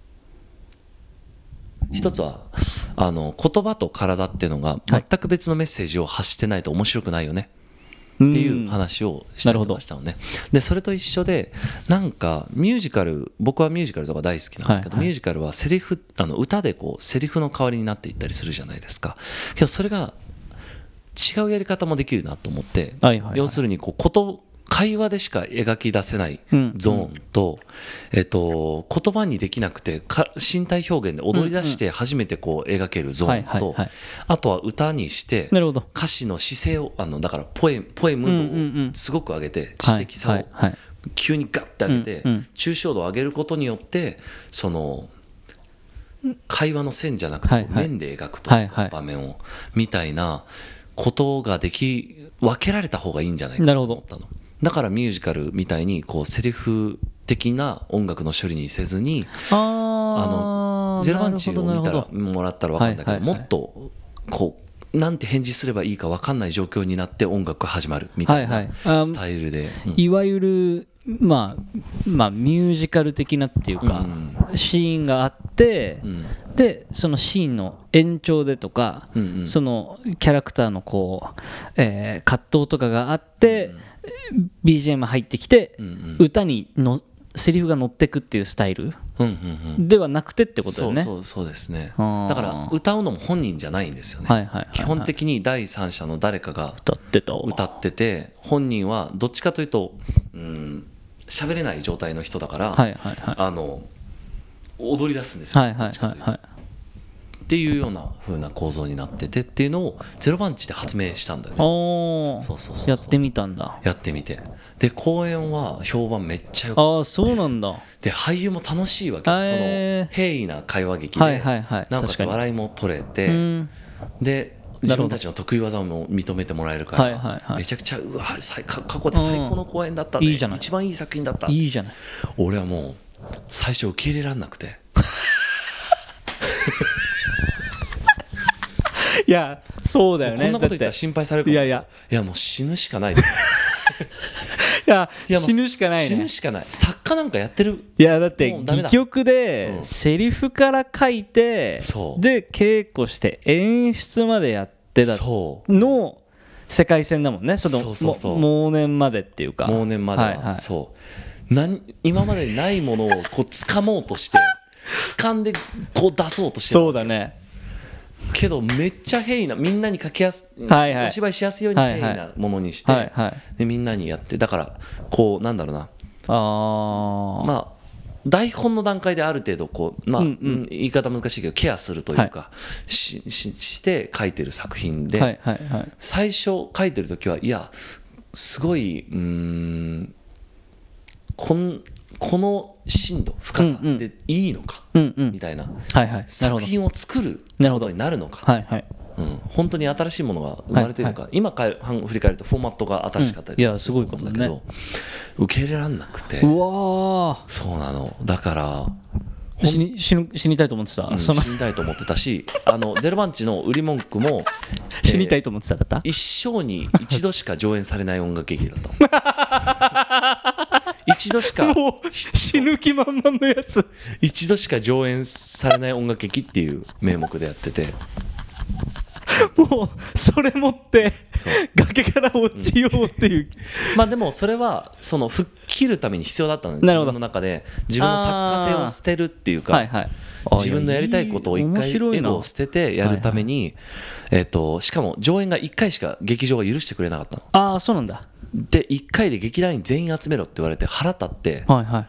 一つはあの言葉と体っていうのが全く別のメッセージを発してないと面白くないよねっていう話をしたりとかしたのね。でそれと一緒でなんかミュージカル僕はミュージカルとか大好きなんだけど、 はいはいミュージカルはセリフあの歌でこうセリフの代わりになっていったりするじゃないですか。けどそれが違うやり方もできるなと思って、 はいはいはい要するにこうこと会話でしか描き出せないうんゾーンと、えっと、言葉にできなくてか身体表現で踊り出して初めてこう描けるゾーンとはいはいはいあとは歌にしてなるほど歌詞の姿勢をあのだからポエポエムうんうんうん度をすごく上げて詩的さをはいはいはい急にガッて上げてうんうん抽象度を上げることによってその会話の線じゃなくてはいはい面で描くというかはいはい場面をみたいなことができ分けられた方がいいんじゃないかなるほどと思ったの。だからミュージカルみたいにこうセリフ的な音楽の処理にせずにああののゼロ番地を見たらなるほどもらったら分かるんだけど、 はいはいはいもっとこうなんて返事すればいいか分かんない状況になって音楽が始まるみたいはいはいなあスタイルで、うんいわゆるまあまあミュージカル的なっていうか、シーンがあって、 うんでそのシーンの延長でとか、 うんうんそのキャラクターのこう、えー葛藤とかがあって、ビージーエム 入ってきて、 うんうん歌にのセリフが乗ってくっていうスタイルうんうんうんではなくてってことだよね。 そうそうそうですね。 あーだから歌うのも本人じゃないんですよね、 はいはいはいはい基本的に第三者の誰かが歌ってたわ歌ってて本人はどっちかというとうん喋れない状態の人だから、 はいはいはいあの踊り出すんですよ、 はいはいどっちかというとはいはいっていうような風な構造になっててっていうのをゼロ番地で発明したんだよね。 おーそうそうそうそうやってみたんだ。 やってみてで公演は評判めっちゃよくああそうなんだ。 で俳優も楽しいわけよ、 へーその平易な会話劇で、 はいはいはいなおか確かにつ笑いも取れうてんで自分たちの得意技も認めてもらえるから、 はいはいはいめちゃくちゃうわ最過過去で最高の公演だったね、 いいじゃない一番いい作品だったいいじゃない。 俺はもう最初受け入れられなくていやそうだよね。 こんなこと言ったらだって心配されるかもいやいやいやもう死ぬしかないいやいやもう死ぬしかない死ぬね。 しかない作家なんかやってるいやだってもうダメだ戯曲でうんセリフから書いて、 そうで稽古して演出までやってたそうの世界線だもんね。そのそうそうそうも往年までっていうか。 往年までは、 はいはいそうなん今までにないものをこう掴もうとして掴んでこう出そうとしてそうだね。 けどめっちゃ平易なみんなに書きやす、 はいはいお芝居しやすいように平易なものにして、 はいはいでみんなにやってだからこうなんだろうなああまあ台本の段階である程度こう、まあうんうん言い方難しいけどケアするというか、ししして書いてる作品で、 はいはいはい。 最初書いてる時はいやすごいうーんこんこの深度深さでいいのか、 うんうんみたいなはいはい。なるほど。 作品を作るなるほどことになるのか、 はいはい。 うん、本当に新しいものが生まれてるのか、今か振り返るとフォーマットが新しかったりうんいやすると思うんだけど、 すごいこと受け入れられなくてうわーそうなのだから死に死ぬ死にたいと思ってた、 うん、 その死にたいと思ってたしあのゼロ番地の売り文句も死にたいと思ってただった、 えー、一生に一度しか上演されない音楽劇だった一度しかもう死ぬ気満々のやつ一度しか上演されない音楽劇っていう名目でやっててもうそれ持って崖から落ちようっていう、うん、 まあでもそれはその吹っ切るために必要だったのよ自分の中で自分の作家性を捨てるっていうか、はいはい、自分のやりたいことを一回エゴを捨ててやるために、えー、としかも上演がいっかいしか劇場が許してくれなかったの。 ああそうなんだ。 でいっかいで劇団員全員集めろって言われて腹立って、はいはい、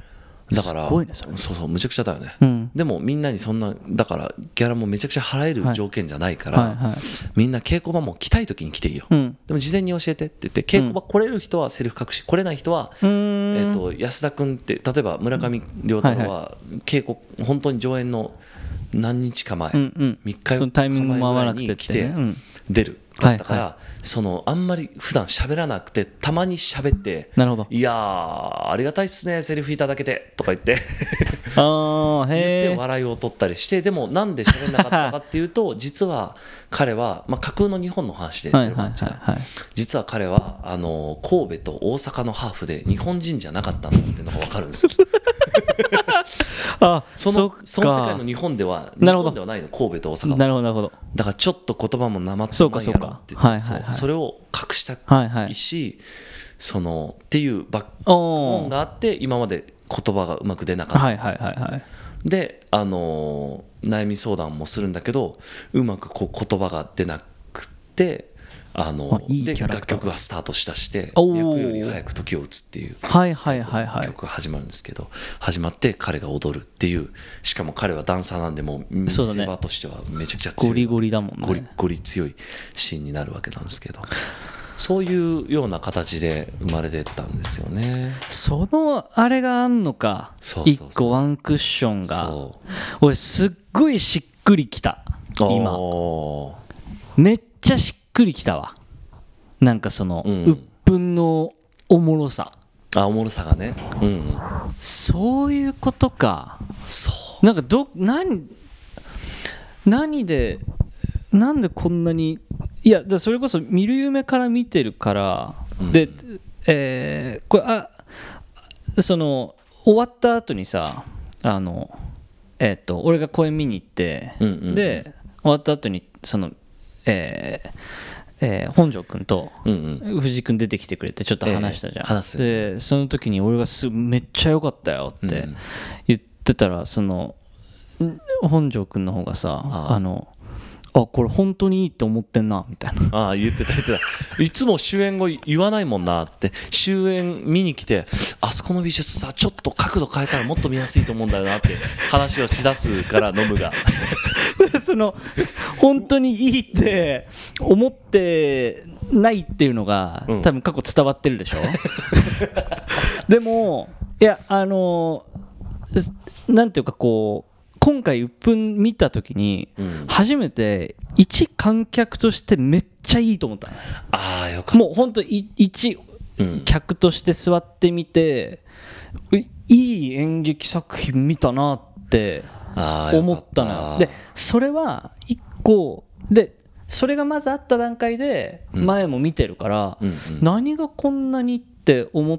だからすごいねそれ。 そうそうむちゃくちゃだよね、 うん、 でもみんなにそんなだからギャラもめちゃくちゃ払える条件じゃないから、はいはいはい、みんな稽古場も来たい時に来ていいよ、うん、でも事前に教えてって言って稽古場来れる人はセリフ書くし来れない人は、うん、えー、と安田君って例えば村上亮太郎は稽古本当に上演の何日か前、うんうん、みっかよっか前ぐらいに来て出るだったから、はいはい、そのあんまり普段喋らなくてたまに喋ってなるほどいやーありがたいっすねセリフいただけてとか言ってあへ言って笑いを取ったりしてでもなんで喋んなかったかっていうと実は彼は、まあ、架空の日本の話で、はいはいはいはい、実は彼はあの神戸と大阪のハーフで日本人じゃなかったんだっていうのが分かるんですよあそのその世界の日本では日本ではないの神戸と大阪はなるほどなるほどだからちょっと言葉もなまってないやろってそれを隠したいし、はいはい、そのっていうバックボーンがあって今まで言葉がうまく出なかった、 はいはいはいはい、 で、あのー、悩み相談もするんだけどうまくこう言葉が出なくてあのいいで楽曲がスタートしたして役より早く時を打つっていう曲が始まるんですけど始まって彼が踊るっていうしかも彼はダンサーなんでもう見せ場としてはめちゃくちゃ強い、 ゴリゴリだもんねゴリゴリ強いシーンになるわけなんですけどそういうような形で生まれてったんですよね。 そのあれがあんのかいっこワンクッションが俺すっごいしっくりきた今めっちゃしっくりしっくりきたわなんかその、うん、鬱憤のおもろさあおもろさがね、うん、 そういうことかそうなんかど何何でなんでこんなにいやだそれこそ見る夢から見てるから、うん、で、えー、これあその終わった後にさあのえっ、ー、と俺が公演見に行って、うんうん、で終わった後にそのえーえー、本庄君と藤井君出てきてくれてちょっと話したじゃん、えー、でその時に俺がすめっちゃ良かったよって言ってたらその本庄君の方がさああのあこれ本当にいいって思ってんなみたいなああ言ってた言ってたいつも終演後言わないもんなって終演見に来てあそこの美術さちょっと角度変えたらもっと見やすいと思うんだよなって話をしだすからノムがその本当にいいって思ってないっていうのが、うん、多分過去伝わってるでしょでもいやあのなんていうかこう今回鬱憤見た時に初めて一観客としてめっちゃいいと思った、うん、 あーよかったもう本当一客として座ってみて、うん、いい演劇作品見たなって思ったのよ。でそれは一個でそれがまずあった段階で前も見てるから、うんうんうん、何がこんなにって思って、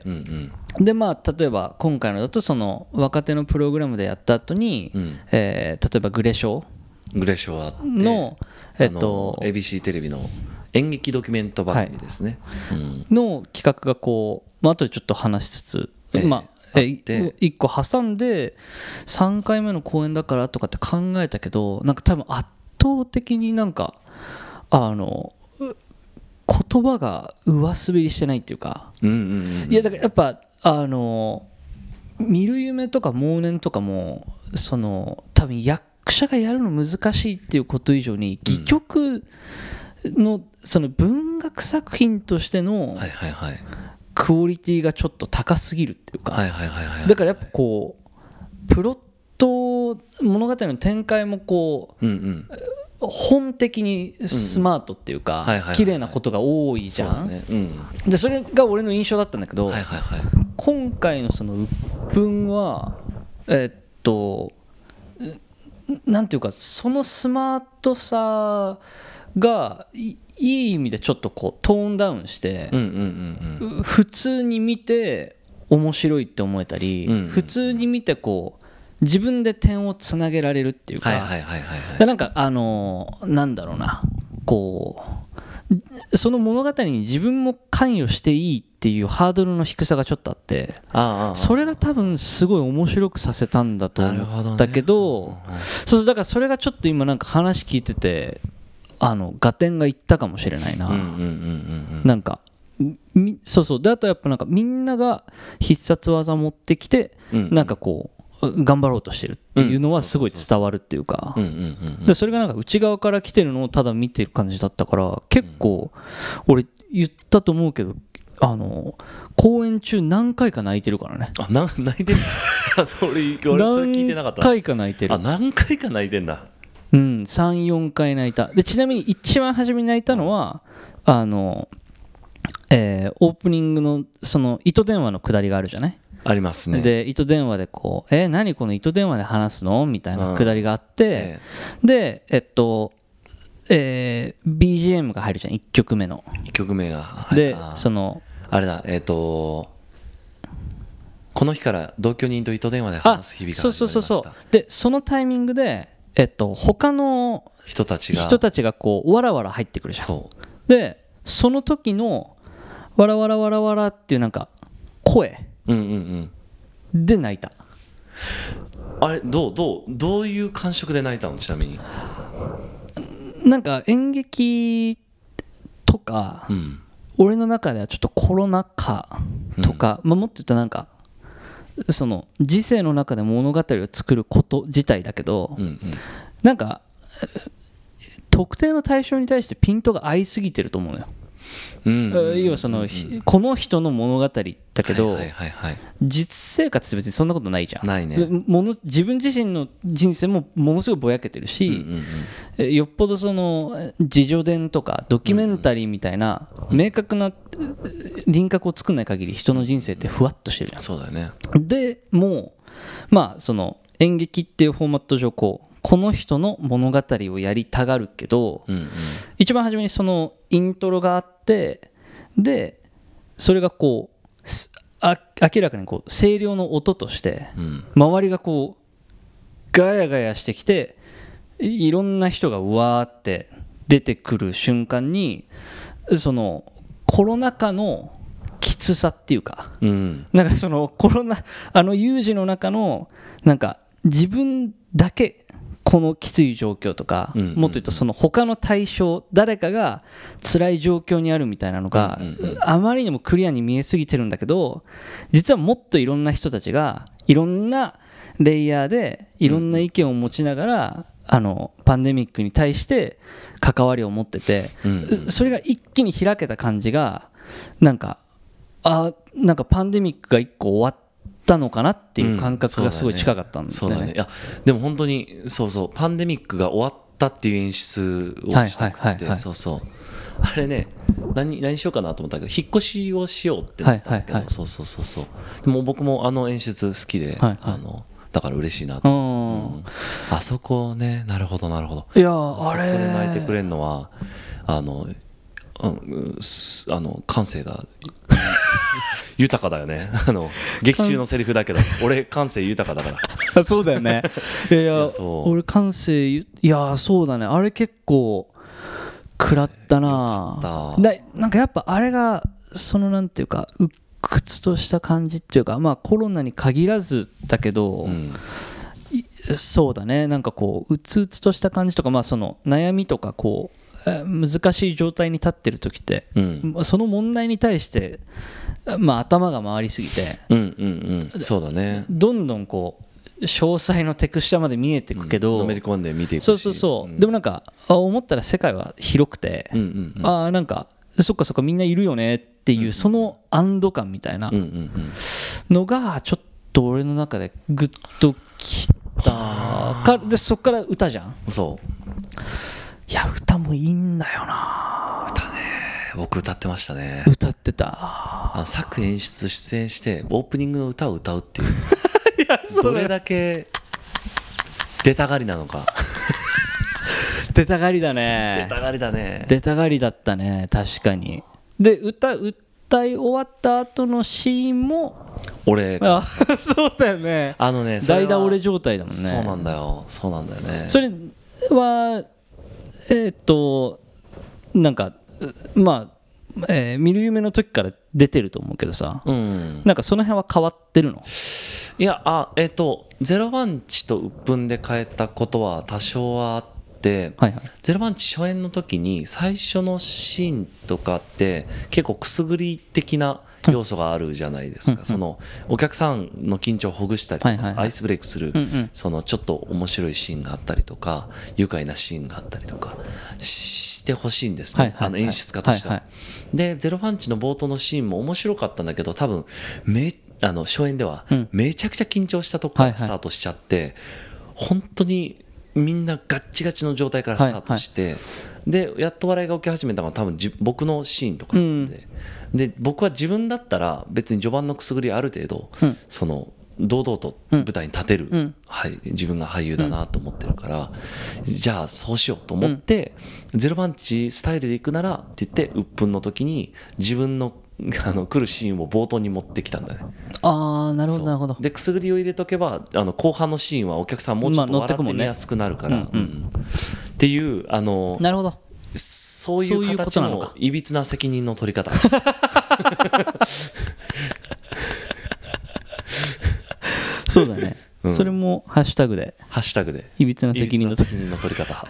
うんうん、でまあ例えば今回のだとその若手のプログラムでやった後に、うんえー、例えばグレショーグレショーあっての、えっと、 エービーシー テレビの演劇ドキュメント番組ですね、 はいうん、の企画がこう、まあ後でちょっと話しつつ、えー、まあいっこ挟んでさんかいめの公演だからとかって考えたけどなんか多分圧倒的になんかあの言葉が上滑りしてないっていうか、うんうんうん、いやだからやっぱあの見る夢とか妄念とかもその多分役者がやるの難しいっていうこと以上に戯曲のその文学作品としての、はいはいはいクオリティがちょっと高すぎるっていうかだからやっぱこうプロット物語の展開もこう、うんうん、本的にスマートっていうか綺麗なことが多いじゃん、ねうん、でそれが俺の印象だったんだけど、はいはいはい、今回のその鬱憤はえー、っとなんていうかそのスマートさがいいい意味でちょっとこうトーンダウンして、うんうんうんうん、普通に見て面白いって思えたり、うんうん、普通に見てこう自分で点をつなげられるっていうか、なんかあのなんだろうな、こうその物語に自分も関与していいっていうハードルの低さがちょっとあって、ああ、それが多分すごい面白くさせたんだと思ったけど、ね、そうそう、だからそれがちょっと今なんか話聞いててあの合点がいったかもしれないな。なんかみそうそう、であとやっぱなんかみんなが必殺技持ってきて、うん、なんかこう頑張ろうとしてるっていうのはすごい伝わるっていうか、でそれがなんか内側から来てるのをただ見てる感じだったから、結構俺言ったと思うけど、あの公演中何回か泣いてるからね。 あ、な泣いてるそれ俺それ聞いてなかった。 何回か泣いてる。 あ、何回か泣いてんだ。 うん、さん、よんかい泣いた。でちなみに一番初めに泣いたのはあの、えー、オープニングのその糸電話のくだりがあるじゃない。 ありますね。 で糸電話でこう、えー、何この糸電話で話すのみたいなくだりがあって、えー、でえっと、えー、ビージーエム が入るじゃん、いっきょくめのいっきょくめが、はい、 でそのあれだ、えっとこの日から同居人と糸電話で話す日々が始まりました。そうそうそうそう。 でそのタイミングでえっと他の人たちが人たちがこうわらわら入ってくるじゃん。そうでその時のわらわらわらわらっていうなんか声うんうんうん、で泣いた。 あれどうどうどういう感触で泣いたの？ちなみになんか演劇とか、うん、俺の中ではちょっとコロナ禍とか、うんまあ、もっと言うとなんかその時世の中で物語を作ること自体だけど、うんうん、なんか特定の対象に対してピントが合いすぎてると思うのよ。要はそのこの人の物語だけど、実生活って別にそんなことないじゃん。ないね。もの自分自身の人生もものすごいぼやけてるし、うんうんうん、よっぽどその自叙伝とかドキュメンタリーみたいな明確な輪郭を作んない限り人の人生ってふわっとしてるじゃん。 そうだよね。 でもうまあその演劇っていうフォーマット上こうこの人の物語をやりたがるけど、うんうん、一番初めにそのイントロがあってでそれがこうあ明らかにこう声量の音として、うん、周りがこうガヤガヤしてきていろんな人がうわーって出てくる瞬間にそのコロナ禍のきつさっていうか、うん、なんかそのコロナあの有事の中のなんか自分だけこのきつい状況とか、うんうんうん、もっと言うとその他の対象誰かが辛い状況にあるみたいなのが、うんうんうん、あまりにもクリアに見えすぎてるんだけど実はもっといろんな人たちがいろんなレイヤーでいろんな意見を持ちながら、うんうん、あのパンデミックに対して関わりを持ってて、うんうん、それが一気に開けた感じがなんかあなんかパンデミックが一個終わってたのかなっていう感覚がすごい近かったんですね。 そうだね。いやでも本当にそうそうパンデミックが終わったっていう演出をしたくて、そうそうあれね何何しようかなと思ったけど引っ越しをしようって思ったんだけど、はいはいはい、そうそうそうそうでも僕もあの演出好きで、はいはい、あのだから嬉しいなと思って、うん、あそこねなるほどなるほど。 いやあれそこで泣いてくれるのはあの、うん、あの感性が豊かだよね。あの劇中のセリフだけど俺感性豊かだからそうだよね。いやいや俺感性いやそうだねあれ結構食らったな、えー、だなんかやっぱあれがそのなんていうか鬱屈とした感じっていうかまあコロナに限らずだけど、うん、そうだねなんかこううつうつとした感じとかまあその悩みとかこう難しい状態に立ってる時って、うん、その問題に対してまあ、頭が回りすぎて、 うんうんうん、そうだねどんどんこう詳細のテクスチャまで見えていくけど、 うん、のめり込んで見ていくしそうそうそう、うん、でもなんかあ思ったら世界は広くて、うんうんうん、あなんかそっかそっかみんないるよねっていう、うんうん、その安堵感みたいなのがちょっと俺の中でグッときたかでそっから歌じゃん。 そういや歌もいいんだよな。 歌ね僕歌ってましたね。 歌ってた。 あ作演出出演してオープニングの歌を歌うっていういやそうどれだけ出たがりなのか出たがりだ出ねたがりだね。 出たがりだったね、確かに。で歌歌い終わった後のシーンも俺あそうだよね、 あのねそれは代打俺状態だもんね。 そうなんだよそうなんだよね。 それはえーっとなんかまあ、えー、見る夢の時から出てると思うけどさ、 うんなんかその辺は変わってるの？ いやあえっ、とゼロ番地と鬱憤で変えたことは多少はあって、 はいはい、 ゼロ番地初演の時に最初のシーンとかって結構くすぐり的な要素があるじゃないですか、うん、そのお客さんの緊張をほぐしたりとか、はいはいはい、アイスブレイクする、うんうん、そのちょっと面白いシーンがあったりとか愉快なシーンがあったりとかしてほしいんですね、はいはいはい、あの演出家としては、はいはい、でゼロ番地の冒頭のシーンも面白かったんだけど多分めあの初演ではめちゃくちゃ緊張したとこからスタートしちゃって、はいはい、本当にみんなガッチガチの状態からスタートして、はいはい、でやっと笑いが起き始めたのが多分じ僕のシーンとかで、うん、で僕は自分だったら別に序盤のくすぐりある程度、うん、その堂々と舞台に立てる、うんはい、自分が俳優だなと思ってるから、うん、じゃあそうしようと思って、うん、ゼロ番地スタイルで行くならって言って鬱憤の時に自分のあの来るシーンを冒頭に持ってきたんだね。 ああなるほどなるほど。 でくすぐりを入れとけばあの後半のシーンはお客さんもうちょっと笑って見やすくなるから、まあうんうん、っていうあのなるほどそういう形のいびつな責任の取り方そうだね、うん、それもハッシュタグでハッシュタグでいびつな責任の責任の取り方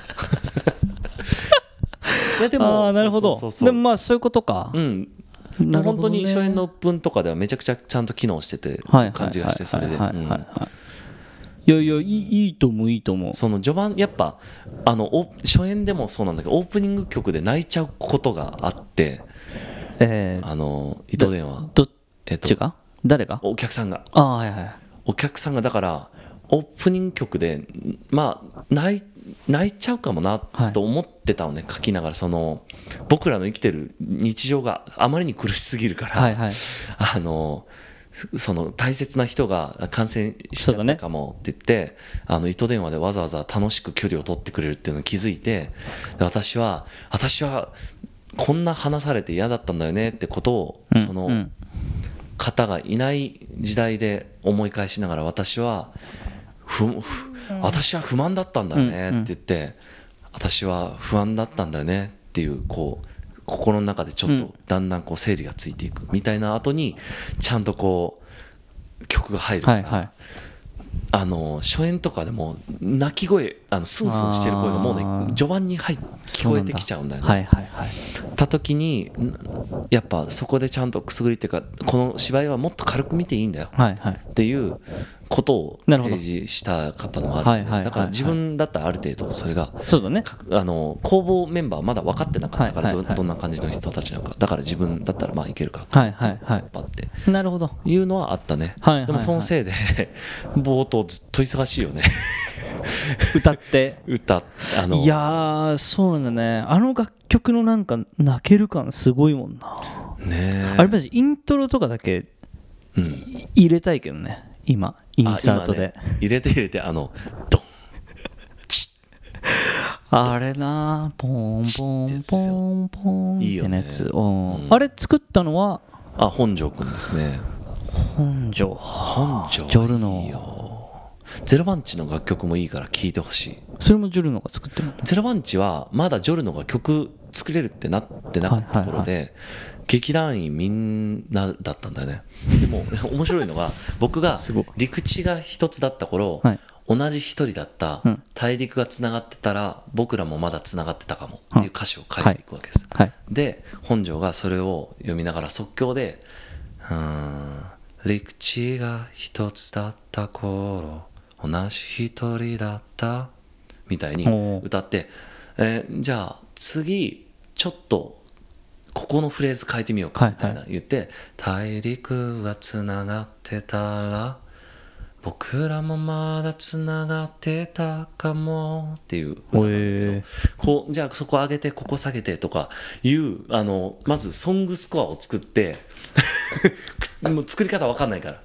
いやでもあなるほど。でもまあそういうことか、 うんね、本当に初演の鬱憤とかではめちゃくちゃちゃんと機能してて感じがしてそれでいやいやいい、いいと思ういいと思う。 その序盤やっぱあの初演でもそうなんだけどオープニング曲で泣いちゃうことがあって、えー、あの糸電話どっちが、えっと、誰がお客さんがあ、はいはい、 お客さんがだからオープニング曲でまあ泣い泣いちゃうかもなと思ってたのね、はい、書きながらその僕らの生きてる日常があまりに苦しすぎるから、はいはい、あのその大切な人が感染しちゃったかもって言って、ね、あの糸電話でわざわざ楽しく距離を取ってくれるっていうのを気づいて私は私はこんな話されて嫌だったんだよねってことを、うん、その方がいない時代で思い返しながら私はふふ私は不満だったんだよねって言って、うんうん、私は不安だったんだよねっていうこう心の中でちょっとだんだんこう整理がついていくみたいな後にちゃんとこう曲が入るから、はいはい、あの初演とかでも泣き声あのスンスンしてる声がもうね序盤に入聞こえてきちゃうんだよね。はいはいはい、た時にやっぱそこでちゃんとくすぐりっていうかこの芝居はもっと軽く見ていいんだよっていうことを提示したかったのもあるので、だから自分だったらある程度それがそうだね、 あの公募メンバーまだ分かってなかったから ど, どんな感じの人たちなのかだから自分だったらまあいけるかはいはいはいパッてなるほどいうのはあったね、はいはいはい、でもそのせいで冒頭ずっと忙しいよね歌って歌あのいやーそうなんだね。あの楽曲のなんか泣ける感すごいもんなね。あれマジイントロとかだけ、うん、入れたいけどね今インサートで、ね、 入れて入れてあのドンチッあれなポンポンポンポンってやつ、 うん、 あれ作ったのはあ本庄くんですね。 本庄本庄ジョルノゼロ番地の楽曲もいいから聴いてほしい。 それもジョルノが作ってるの？ ゼロ番地はまだジョルノが曲作れるってなってなかった頃で、はいはいはい、劇団員みんなだったんだよね。でも面白いのが僕が陸地が一つだった頃、はい、同じ一人だった大陸がつながってたら僕らもまだつながってたかもっていう歌詞を書いていくわけです、はいはい、で本庄がそれを読みながら即興でうーん陸地が一つだった頃同じ一人だったみたいに歌って、えー、じゃあ次ちょっとここのフレーズ変えてみようかみたいな言って、はいはい、大陸がつながってたら僕らもまだつながってたかもっていう歌なんだけど、こうじゃあそこ上げてここ下げてとかいうあのまずソングスコアを作ってもう作り方わかんないから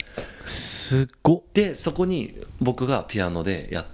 すっごっ。 でそこに僕がピアノでやって、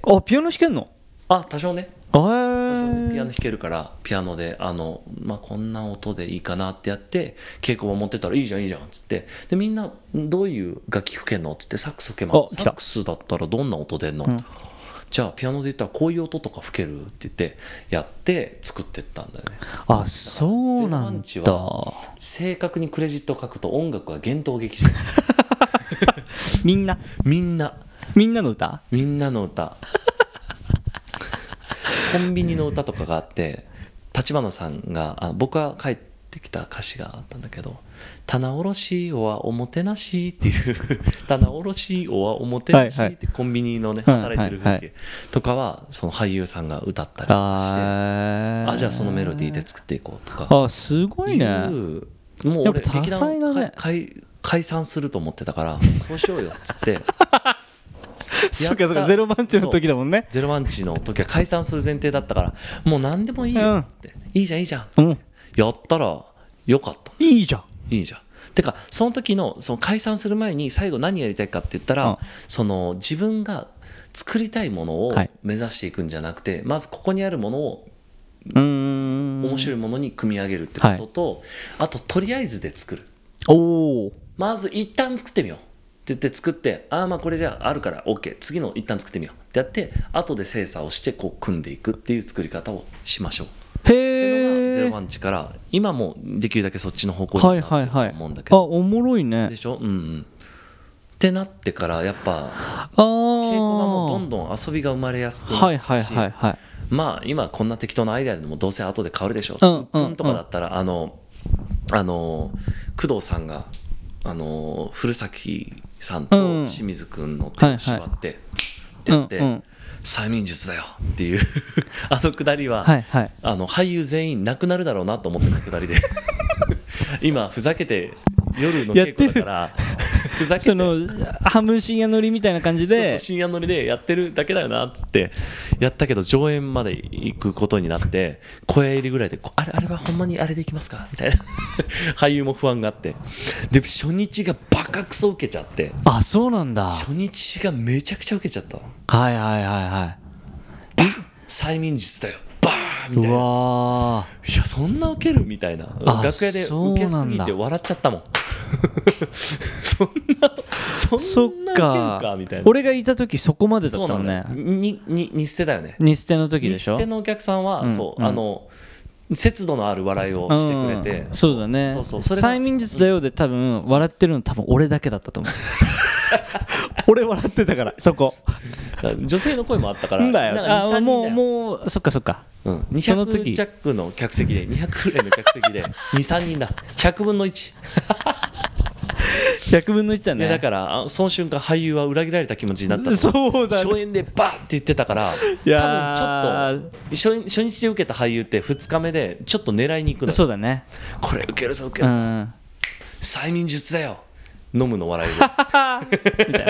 あピアノ弾けんの？ あ多少ねあ多少ねーピアノ弾けるからピアノであの、まあ、こんな音でいいかなってやって稽古場持ってったらいいじゃんいいじゃんっつって、でみんなどういう楽器吹けんのっつって、サックス吹けまあ来たす。サックスだったらどんな音出んの、 うんじゃあピアノで言ったらこういう音とか吹けるって言ってやって作ってったんだよね。 あそうなゼロワンんチはだ。 正確にクレジットを書くと音楽は幻冬劇場みんなみんなみんなの歌？ みんなの歌コンビニの歌とかがあって、立花さんがあ僕が書いてきた歌詞があったんだけど、棚卸しおはおもてなしっていう棚卸しおはおもてなしってコンビニのねはいはい働いてる風景とかはその俳優さんが歌ったりとかして、 ああじゃあそのメロディーで作っていこうとかあすごいね。 いうもう俺やっぱ多劇彩だね団か解解散すると思ってたからそうしようよっつってそうかそうかゼロ番地の時だもんね。 ゼロワンチの時は解散する前提だったからもう何でもいいよっつって、いいじゃんいいじゃんっつって、 うんやったらよかったいいじゃん。 いいじゃん。てかその時のその解散する前に最後何やりたいかって言ったら、 うんその自分が作りたいものをはい目指していくんじゃなくて、まずここにあるものをうーん面白いものに組み上げるってことと、あととりあえずで作る。 おおまず一旦作ってみようって言って作って、ああまあこれじゃああるから OK、 次の一旦作ってみようってやって後で精査をしてこう組んでいくっていう作り方をしましょうっていうのがゼロへえ。 ワンチから今もできるだけそっちの方向にはいなってるとはいはい。 思うんだけど、 あおもろいねで。しょ、うんうんってなってからやっぱああ稽古場もどんどん遊びが生まれやすくなってはいはいはいはい。 まあ今こんな適当なアイデアでもどうせ後で変わるでしょうんうんうっぷんとかだったらあのあの工藤さんがあの古崎さんと清水君の手を縛ってってやってうんうん催眠術だよっていうあのくだりは、 はいはいあの俳優全員なくなるだろうなと思ってたくだりで今ふざけて夜の稽古だからふざけてその半分深夜乗りみたいな感じそうそうで深夜乗りでやってるだけだよなっつってやったけど上演まで行くことになって声入りぐらいでこあれあれはほんまにあれでいきますかみたいな俳優も不安があってで初日がバカクソ受けちゃってあそうなんだ。 初日がめちゃくちゃ受けちゃったの。 はいはいはいはバン催眠術だよバーンみい。 たいうな。 わいやそんな受けるみたいなあ楽屋でそう受けすなんだぎて笑っちゃったもんそんなーそっそんな受けるかかみたいな。 俺がいた時そこまでだったもんそうなのね。 ににに捨てだよね。 日捨ての時でしょ。 日捨てのお客さんは、 うんそう、 うんあの節度のある笑いをしてくれて、 うんそうだね。 そうそうそれが催眠術だよで多分笑ってるの多分俺だけだったと思う俺笑ってたからそこ女性の声もあったからんだよ。 なんかに、さんにんあもうだよもうそっかそっか。 うん、 その時にひゃく弱の客席でにひゃくぐらいの客席でに、さんにんだひゃくぶんのいちひゃくぶんのいちだね。 でだからあその瞬間俳優は裏切られた気持ちになったとそうだね初演でバーって言ってたからいやー多分ちょっと初演初日で受けた俳優ってふつかめでちょっと狙いに行くのよそうだね。 これ受けるぞ受けるぞ、 うん。 催眠術だよ飲むの笑いで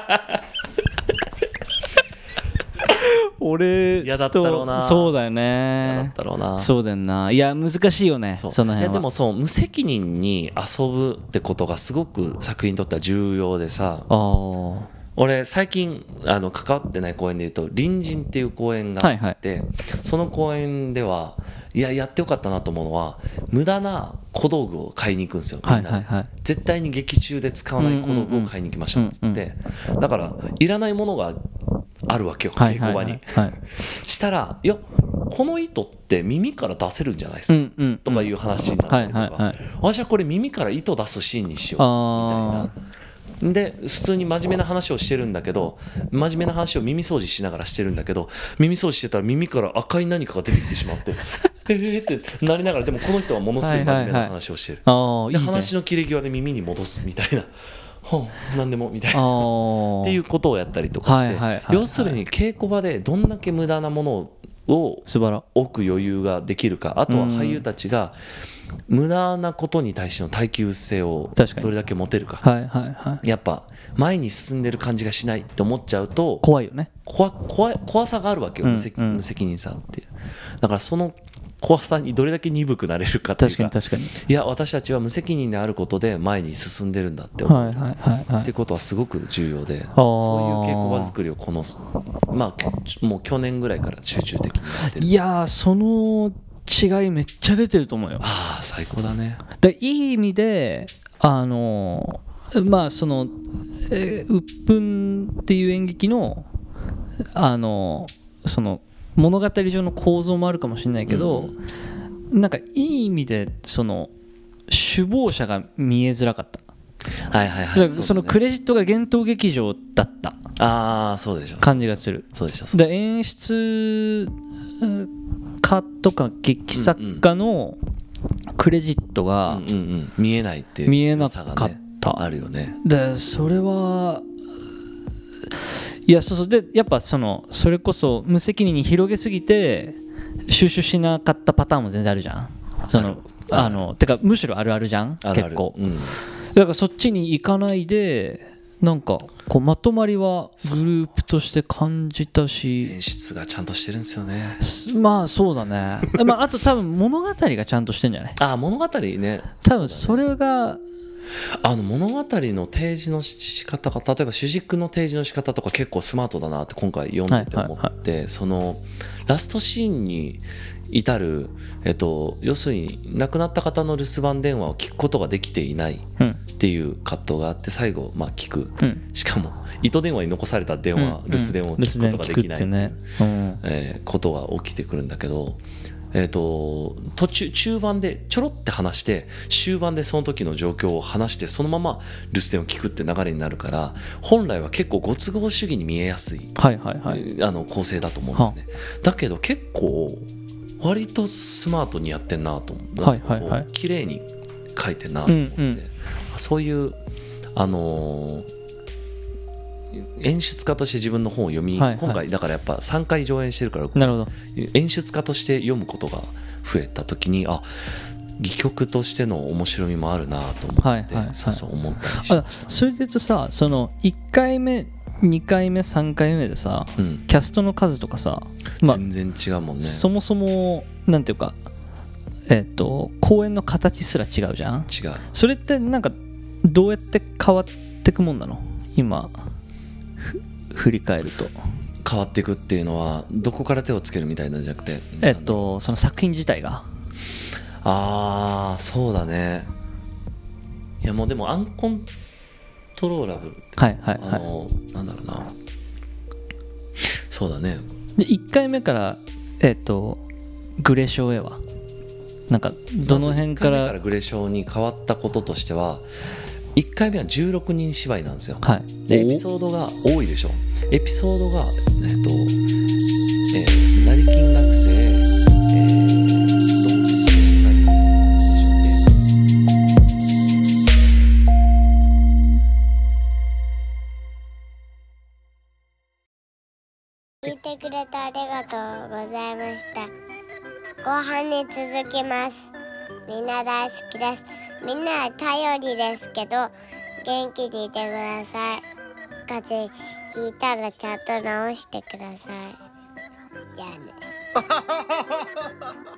俺嫌だったろうなとそうだよ嫌だねったろうな。 そうだよないや難しいよねそそうの辺は。 いやでもそう無責任に遊ぶってことがすごく作品にとっては重要でさ、 あー俺最近あの関わってない公演でいうと隣人っていう公演があって、 はいはその公演ではいややってよかったなと思うのは無駄な小道具を買いに行くんですよみんなで、 はいはいはい絶対に劇中で使わない小道具を買いに行きましょうっつって、だからいらないものがあるわけよはい稽古場に、 はいはいはいしたらいやこの糸って耳から出せるんじゃないですか、 うんうんうんとかいう話になったりとか、 はいはいはい私はこれ耳から糸出すシーンにしようあみたいな。で普通に真面目な話をしてるんだけど真面目な話を耳掃除しながらしてるんだけど耳掃除してたら耳から赤い何かが出てきてしまってえーってなりながらでもこの人はものすごい真面目な話をしてる、 あーいいねで話の切れ際で耳に戻すみたいなほん何でもみたいあなーっていうことをやったりとかして、 はいはいはいはい要するに稽古場でどんだけ無駄なものを素晴ら置く余裕ができるか、あとは俳優たちが無駄なことに対しての耐久性を確かにどれだけ持てるか、 はいはいはいやっぱ前に進んでる感じがしないって思っちゃうと怖いよね。 怖怖い怖さがあるわけよ、 うん無責うん無責任さっていう。だからその怖さにどれだけ鈍くなれるかっていうか、 確かに確かに、 いや私たちは無責任であることで前に進んでるんだって思う、 はいはいはいはい、 ってことはすごく重要で、そういう稽古場作りをこのまあもう去年ぐらいから集中的にやってる。 いやーその違いめっちゃ出てると思うよ。 ああ最高だね。 だいい意味であのまあそのえー、鬱憤っていう演劇のあのその物語上の構造もあるかもしれないけど、うん、なんかいい意味でその首謀者が見えづらかった。 はいはいはい。 そのクレジットが幻冬劇場だったああそうでしょ感じがする。 そうでしょ。 で演出家とか劇作家のクレジットが見えないっていう見えなかった。 あるよね。 でそれはいやそうそうでやっぱそのそれこそ無責任に広げすぎて収集しなかったパターンも全然あるじゃん。そのあのてかむしろあるあるじゃんあるある結構、 うん、 だからそっちに行かないでなんかこうまとまりはグループとして感じたし、 演出がちゃんとしてるんですよね。 まあそうだねまああと多分物語がちゃんとしてんじゃない。 ああ物語ね。 多分それがあの物語の提示の仕方が例えば主軸の提示の仕方とか結構スマートだなって今回読んでて思って、はいはいはい、そのラストシーンに至る、えっと、要するに亡くなった方の留守番電話を聞くことができていないっていう葛藤があって最後まあ聞く、うん、しかも糸電話に残された電話、うん、留守電を聞くことができないっていう、ねうんえー、ことが起きてくるんだけど、えー、と途中中盤でちょろって話して終盤でその時の状況を話してそのまま留守電を聞くって流れになるから本来は結構ご都合主義に見えやすい、 はいはいはい、 あの構成だと思うんだよね。だけど結構割とスマートにやってんなと思う、はいはいはい、綺麗に書いてんなと思って、うんうん、そういうあのー演出家として自分の本を読み、はいはい、今回だからやっぱさんかい上演してるからなるほど演出家として読むことが増えた時にあ戯曲としての面白みもあるなと思って、はいはいはい、そうそう思ったりしました。 あそれで言うとさそのいっかいめにかいめさんかいめでさ、うん、キャストの数とかさ、 まあ、全然違うもんね。 そもそもなんていうかえっと公演の形すら違うじゃん。 違う。 それってなんかどうやって変わってくもんなの今振り返ると。 変わっていくっていうのはどこから手をつけるみたいなんじゃなくてえっとその作品自体がああそうだね。いやもうでもアンコントローラブルはいはいはいあのなんだろうなそうだね。 でいっかいめからえっとグレショーへはなんかどの辺から、まずいっかいめからグレショーに変わったこととしてはいっかいめはじゅうろくにん芝居なんですよ、 はい、 でエピソードが多いでしょ。エピソードが、えっとえー、成金学生、えー、同性ふたりでしょうね。聞いてくれてありがとうございました。後半に続きます。みんな大好きです。みんな頼りですけど元気にいてください。風邪ひいたらちゃんと治してください。じゃあね。